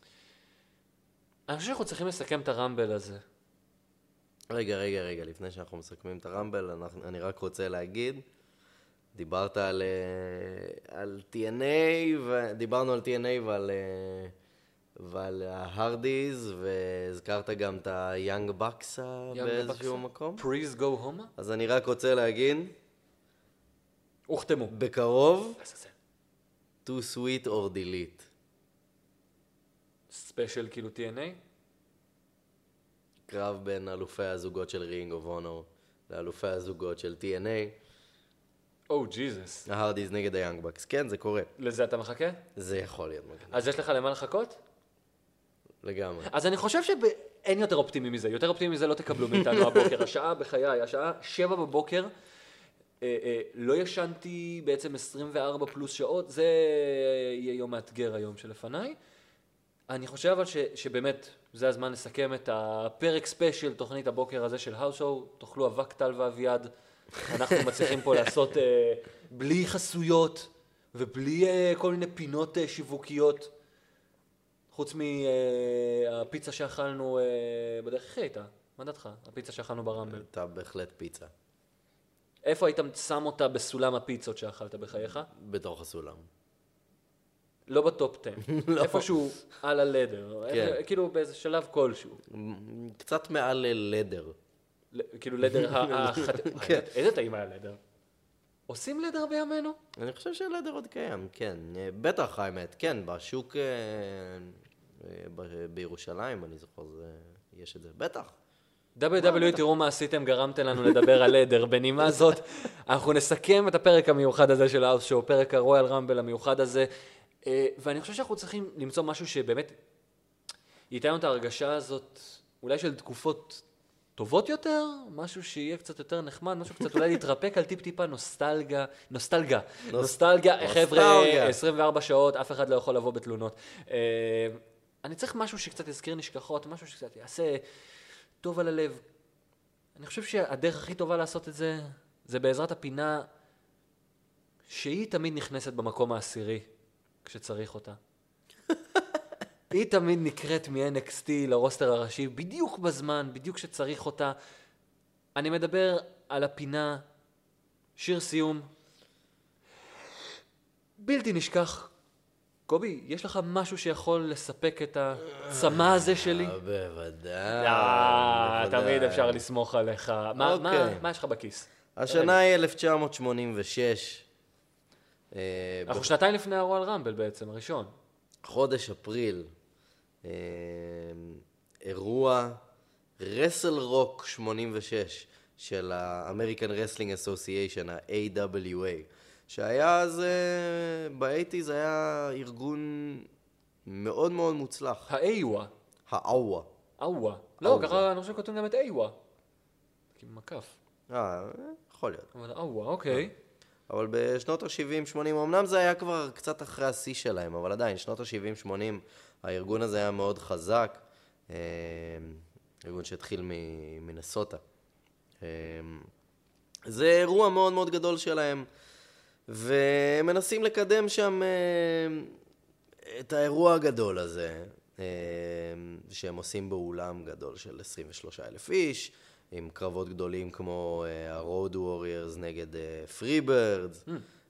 אני חושב שאנחנו צריכים לסכם את הרמבל הזה. רגע, רגע, רגע, לפני שאנחנו מסכמים את הרמבל, אנחנו, אני רק רוצה להגיד, דיברת על, אה, על טי אן איי, דיברנו על טי אן איי ועל, אה, ועל ההרדיז, והזכרת גם את היאנג בקסה באיזשהו מקום. Please go home. אז אני רק רוצה להגיד, הוחתמו. בקרוב, too sweet or delete. ספיישל כאילו טי אן איי? קרב בין אלופי הזוגות של רינג אוף אונור לאלופי הזוגות של טי אן איי. או, ג'יזוס. ההרדיז נגד היאנג בקס. כן, זה קורה. לזה אתה מחכה? זה יכול להיות מגניב. אז יש לך למה לחכות? לגמרי. אז אני חושב שאין יותר אופטימי מזה. יותר אופטימי מזה לא תקבלו מאיתנו הבוקר. השעה בחיי, השעה שבע בבוקר. אה, אה, לא ישנתי בעצם עשרים וארבע פלוס שעות. זה יהיה יום מאתגר היום שלפניי. אני חושב אבל ש, שבאמת זה הזמן לסכם את הפרק ספיישל תוכנית הבוקר הזה של האוס שואו. תאכלו אבק טל ואביעד. אנחנו מצליחים פה לעשות אה, בלי חסויות ובלי אה, כל מיני פינות אה, שיווקיות. חוץ מהפיצה שאכלנו אה, בדרך. איך הייתה? מה דעתך? הפיצה שאכלנו ברמבל. הייתה בהחלט פיצה. איפה היית שם אותה בסולם הפיצות שאכלת בחייך? בתוך הסולם. לא בטופ עשר. איפשהו על הלדר. כן. כאילו באיזה שלב כלשהו. קצת מעל לדר. כאילו לדר החט... איזה טעים היה לדר? עושים לדר בימינו? אני חושב שלדר עוד קיים, כן. בטח, האמת, כן, בשוק בירושלים, אני זוכר, יש את זה. בטח. דאבליו דאבליו אי, תראו מה עשיתם, גרמתם לנו לדבר על לדר. בנימה זאת, אנחנו נסכם את הפרק המיוחד הזה של האוס שואו, פרק הרויאל רמבל המיוחד הזה, ואני חושב שאנחנו צריכים למצוא משהו שבאמת ייתן לנו את ההרגשה הזאת, אולי של תקופות טובות יותר, משהו שיהיה קצת יותר נחמד, משהו קצת אולי להתרפק על טיפ-טיפה נוסטלגיה, נוסטלגיה, נוסטלגיה, חבר'ה, עשרים וארבע שעות, אף אחד לא יכול לבוא בתלונות. אני צריך משהו שקצת יזכיר נשכחות, משהו שקצת יעשה טוב על הלב. אני חושב שהדרך הכי טובה לעשות את זה, זה בעזרת הפינה שהיא תמיד נכנסת במקום העשירי, כשצריך אותה. היא תמיד נקראת מ-אן אקס טי לרוסטר הראשי, בדיוק בזמן, בדיוק שצריך אותה. אני מדבר על הפינה, שיר סיום. בלתי נשכח. קובי, יש לך משהו שיכול לספק את הצמא הזה שלי? בוודאי. אה, תמיד אפשר לסמוך עליך. מה, מה, מה יש לך בכיס? השנה היא אלף תשע מאות שמונים ושש. אנחנו שנתיים לפני הרועל רמבל בעצם, הראשון. חודש אפריל. אירוע רסל רוק שמונים ושש של האמריקן רסלינג אסוסיישן, ה-איי דאבליו איי, שהיה אז, ב-שמונים זה היה ארגון מאוד מאוד מוצלח. האיווה. האווה. אווה. לא, ככה אני חושב שכותבים גם את איווה. כאילו מקף. אה, יכול להיות. אבל אווה, אוקיי. אבל בשנות ה-שבעים שמונים, אמנם זה היה כבר קצת אחרי השיא שלהם, אבל עדיין, שנות ה-שבעים שמונים, הארגון הזה היה מאוד חזק. ארגון שהתחיל ממינסוטה. זה אירוע מאוד מאוד גדול שלהם, והם מנסים לקדם שם את האירוע הגדול הזה, שהם עושים באולם גדול של עשרים ושלושה אלף איש, עם קרבות גדולים כמו הרוד ווריירס נגד פרי בירדס.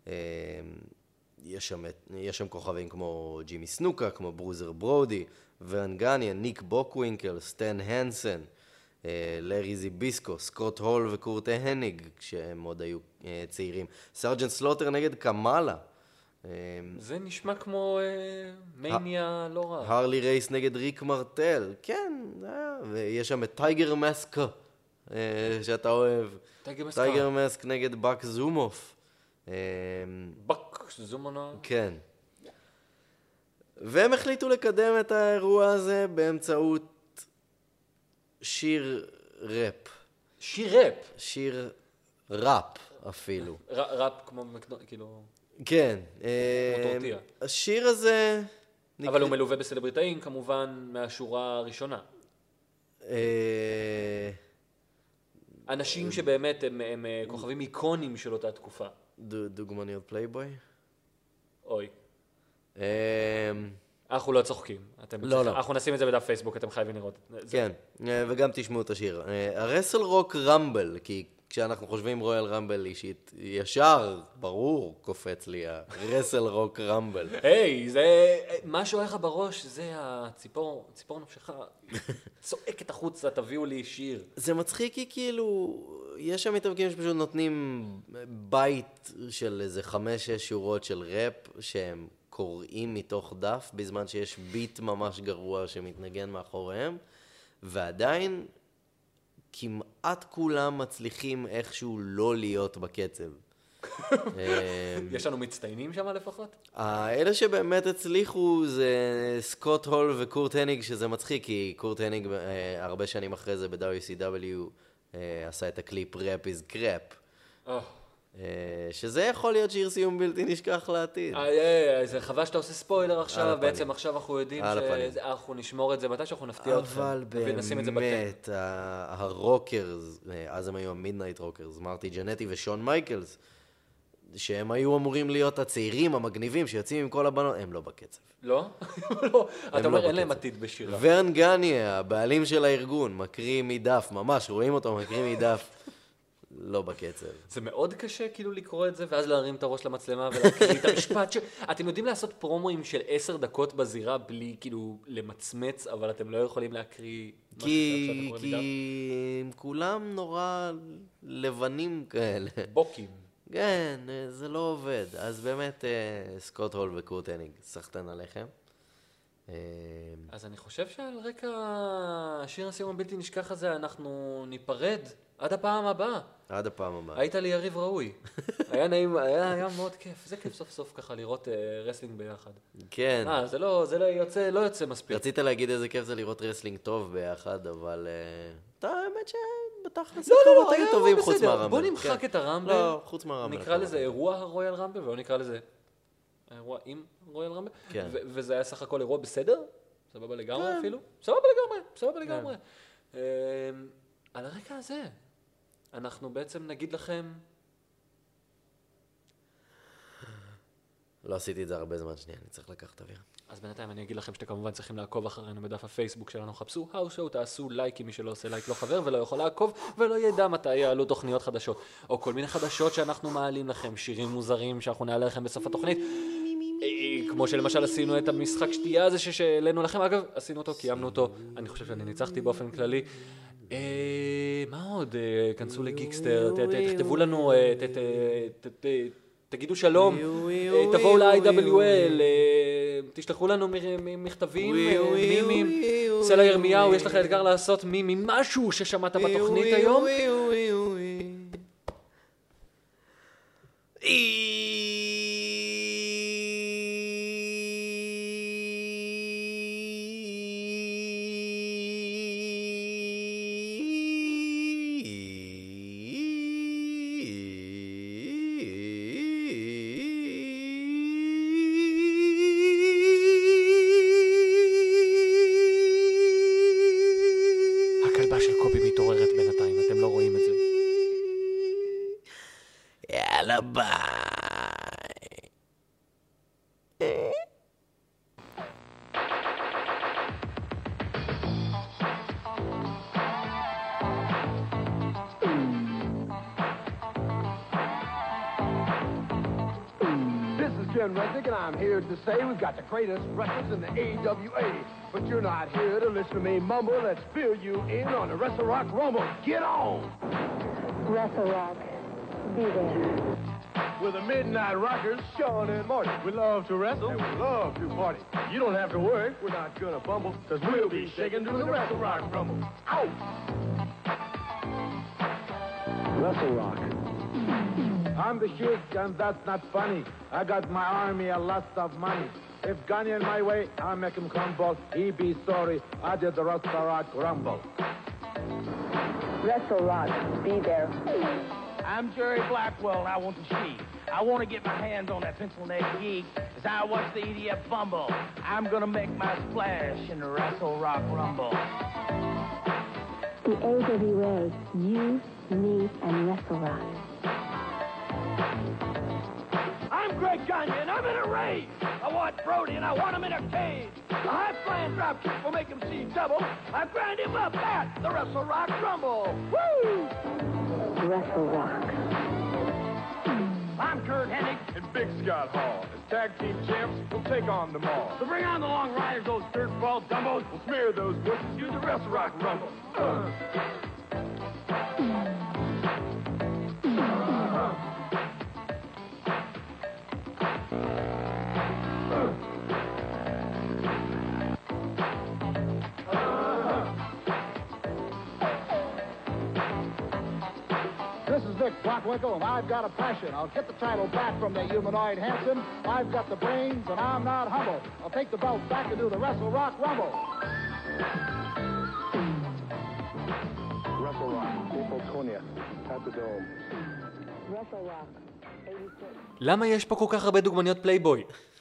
יש שם, יש שם כוכבים כמו ג'ימי סנוקה, כמו ברוזר ברודי, ורן גניה, ניק בוקווינקל, סטן הנסן, לארי זיביסקו, סקוט הול וקורט הניג, כשהם עוד היו צעירים. סרג'נט סלוטר נגד קמאלה. זה נשמע כמו מניה לא רע. הרלי רייס נגד ריק מרטל. כן, ויש שם את טייגר מסקה, שאתה אוהב. טייגר מסק נגד בק זומוף. בק זומונה. כן. והם החליטו לקדם את האירוע הזה באמצעות שיר ראפ. שיר ראפ? שיר ראפ אפילו. ראפ כמו כאילו... כן. כמו טורטיה. השיר הזה... אבל הוא מלווה בסלבריטאים כמובן מהשורה הראשונה. אנשים שבאמת הם כוכבים איקונים של אותה תקופה. דוגמניות פלייבוי? אוי. אנחנו לא צוחקים. לא, לא. אנחנו נשים את זה בדף פייסבוק, אתם חייבים לראות. כן, וגם תשמעו את השיר. הרסל רוק רמבל, כי כשאנחנו חושבים רויאל רמבל אישית, ישר, ברור, קופץ לי הרסל רוק רמבל. היי, זה... מה שעולה לך בראש, זה הציפור, ציפור נפשך, צועקת החוצה, תביאו לי שיר. זה מצחיק כי כאילו, יש שם מתאבקים שפשוט נותנים בית של איזה חמש-שש שורות של ראפ, שהם קוראים מתוך דף, בזמן שיש ביט ממש גרוע שמתנגן מאחוריהם, ועדיין כמעט כולם מצליחים איכשהו לא להיות בקצב. יש לנו מצטיינים שם לפחות? האלה שבאמת הצליחו זה סקוט הול וקורט הניג, שזה מצחיק, כי קורט הניג הרבה שנים אחרי זה ב-דאבליו סי דאבליו עשה את הקליפ ראפ איז קראפ. שזה יכול להיות שיר סיום בלתי נשכח לעתיד. זה חבל שאתה עושה ספוילר עכשיו, בעצם עכשיו אנחנו יודעים שאנחנו נשמור את זה מתי שאנחנו נפתיע אתכם. אבל באמת, הרוקרס, אז הם היו המידנייט רוקרס, מרטי ג'נטי ושון מייקלס, שהם היו אמורים להיות הצעירים המגניבים שיוצאים עם כל הבנות, הם לא בקצב. לא? לא. אתה אומר אין להם עתיד בשירה. ורן גניה, הבעלים של הארגון, מקריא מדף, ממש רואים אותו מקריא מדף. לא בקצב. זה מאוד קשה כאילו לקרוא את זה, ואז להרים את הראש למצלמה ולהקריא את המשפט ש... אתם יודעים לעשות פרומואים של עשר דקות בזירה בלי כאילו למצמץ, אבל אתם לא יכולים להקריא... כי... כי הם כולם נורא לבנים כאלה. בוקים. כן, זה לא עובד. אז באמת סקוט הול וקורט הניג, סחטן עליכם. אז אני חושב שעל רקע השיר הסיום הבלתי נשכח הזה אנחנו ניפרד עד הפעם הבאה. עד הפעם הבאה. היית לי יריב ראוי. היה נעים, היה, היה מאוד כיף. זה כיף סוף סוף ככה לראות uh, רסלינג ביחד. כן. אה, זה לא, זה לא יוצא, לא יוצא מספיק. רצית להגיד איזה כיף זה לראות רסלינג טוב ביחד, אבל uh, אתה האמת שבתכלס לא, לא, לא, היו טובים חוץ מהרמבל. בוא נמחק כן. את הרמבל. לא, חוץ מהרמבל. נקרא לזה אירוע הרויאל רמבל, ולא נקרא לזה אירוע עם רויאל רמבל. כן. ו- וזה היה סך הכל אירוע בסדר? סבבה לגמרי כן. אפילו? סבבה לגמרי, סבבה לגמרי. כן. על הרקע הזה. אנחנו בעצם נגיד לכם... לא עשיתי את זה הרבה זמן, שנייה, אני צריך לקחת אוויר. אז בינתיים אני אגיד לכם שאתם כמובן צריכים לעקוב אחרינו בדף הפייסבוק שלנו, חפשו האוס שואו, תעשו לייק, אם מי שלא עושה לייק לא חבר ולא יכול לעקוב ולא ידע מתי יעלו תוכניות חדשות, או כל מיני חדשות שאנחנו מעלים לכם, שירים מוזרים שאנחנו נעלה לכם בסוף התוכנית, כמו שלמשל עשינו את המשחק שתייה הזה שהעלינו לכם, אגב, עשינו אותו, קיימנו אותו, אני חושב שאני ניצחתי באופן כללי. מה עוד? כנסו לגיקסטר, תכתבו לנו, תגידו שלום, תבואו ל-איי דאבליו אל, תשלחו לנו מכתבים, מימים, סלע ירמיהו, יש לך אתגר לעשות מימי, משהו ששמעת בתוכנית היום. הכלבה של קובי מתעוררת בינתיים, אתם לא רואים את זה. יאללה ביי. Ken Resnick, and I'm here to say we've got the greatest wrestlers in the A W A. But you're not here to listen to me mumble. Let's fill you in on the Wrestle Rock Rumble. Get on! Wrestle Rock, be there. We're the Midnight Rockers, Sean and Marty. We love to wrestle, and we love to party. You don't have to worry, we're not gonna bumble, because we'll be shaking through the Wrestle Rock Rumble. Ow! Wrestle Rock. I'm the Sheik, and that's not funny. I got my army a lot of money. If Ganya in my way, I'll make him crumble. He be sorry, I did the Wrestle Rock Rumble. Wrestle Rock, be there. I'm Jerry Blackwell, and I want to see. I want to get my hands on that pencil neck geek as I watch the E D F fumble. I'm going to make my splash in the Wrestle Rock Rumble. The A W A, you, me, and Wrestle Rock. I'm Greg Gagne, and I'm in a rage. I want Brody, and I want him in a cage. A high-flying drop kick will make him see double. I grind him up at the Wrestle Rock Rumble. Woo! Wrestle Rock. I'm Kurt Hennig. And Big Scott Hall. As tag team champs, we'll take on them all. So bring on the long riders, those dirtball dumbos. We'll smear those bushes, do the Wrestle Rock Rumble. Uh. This is Vic Bockwinkel, and I've got a passion. I'll get the title back from the humanoid Hanson. I've got the brains, and I'm not humble. I'll take the belt back and do the Wrestle Rock Rumble. Wrestle Rock, April twentieth, at the Dome. Wrestle Rock. eighty-six. למה יש פה כל כך הרבה דוגמניות פלייבוי?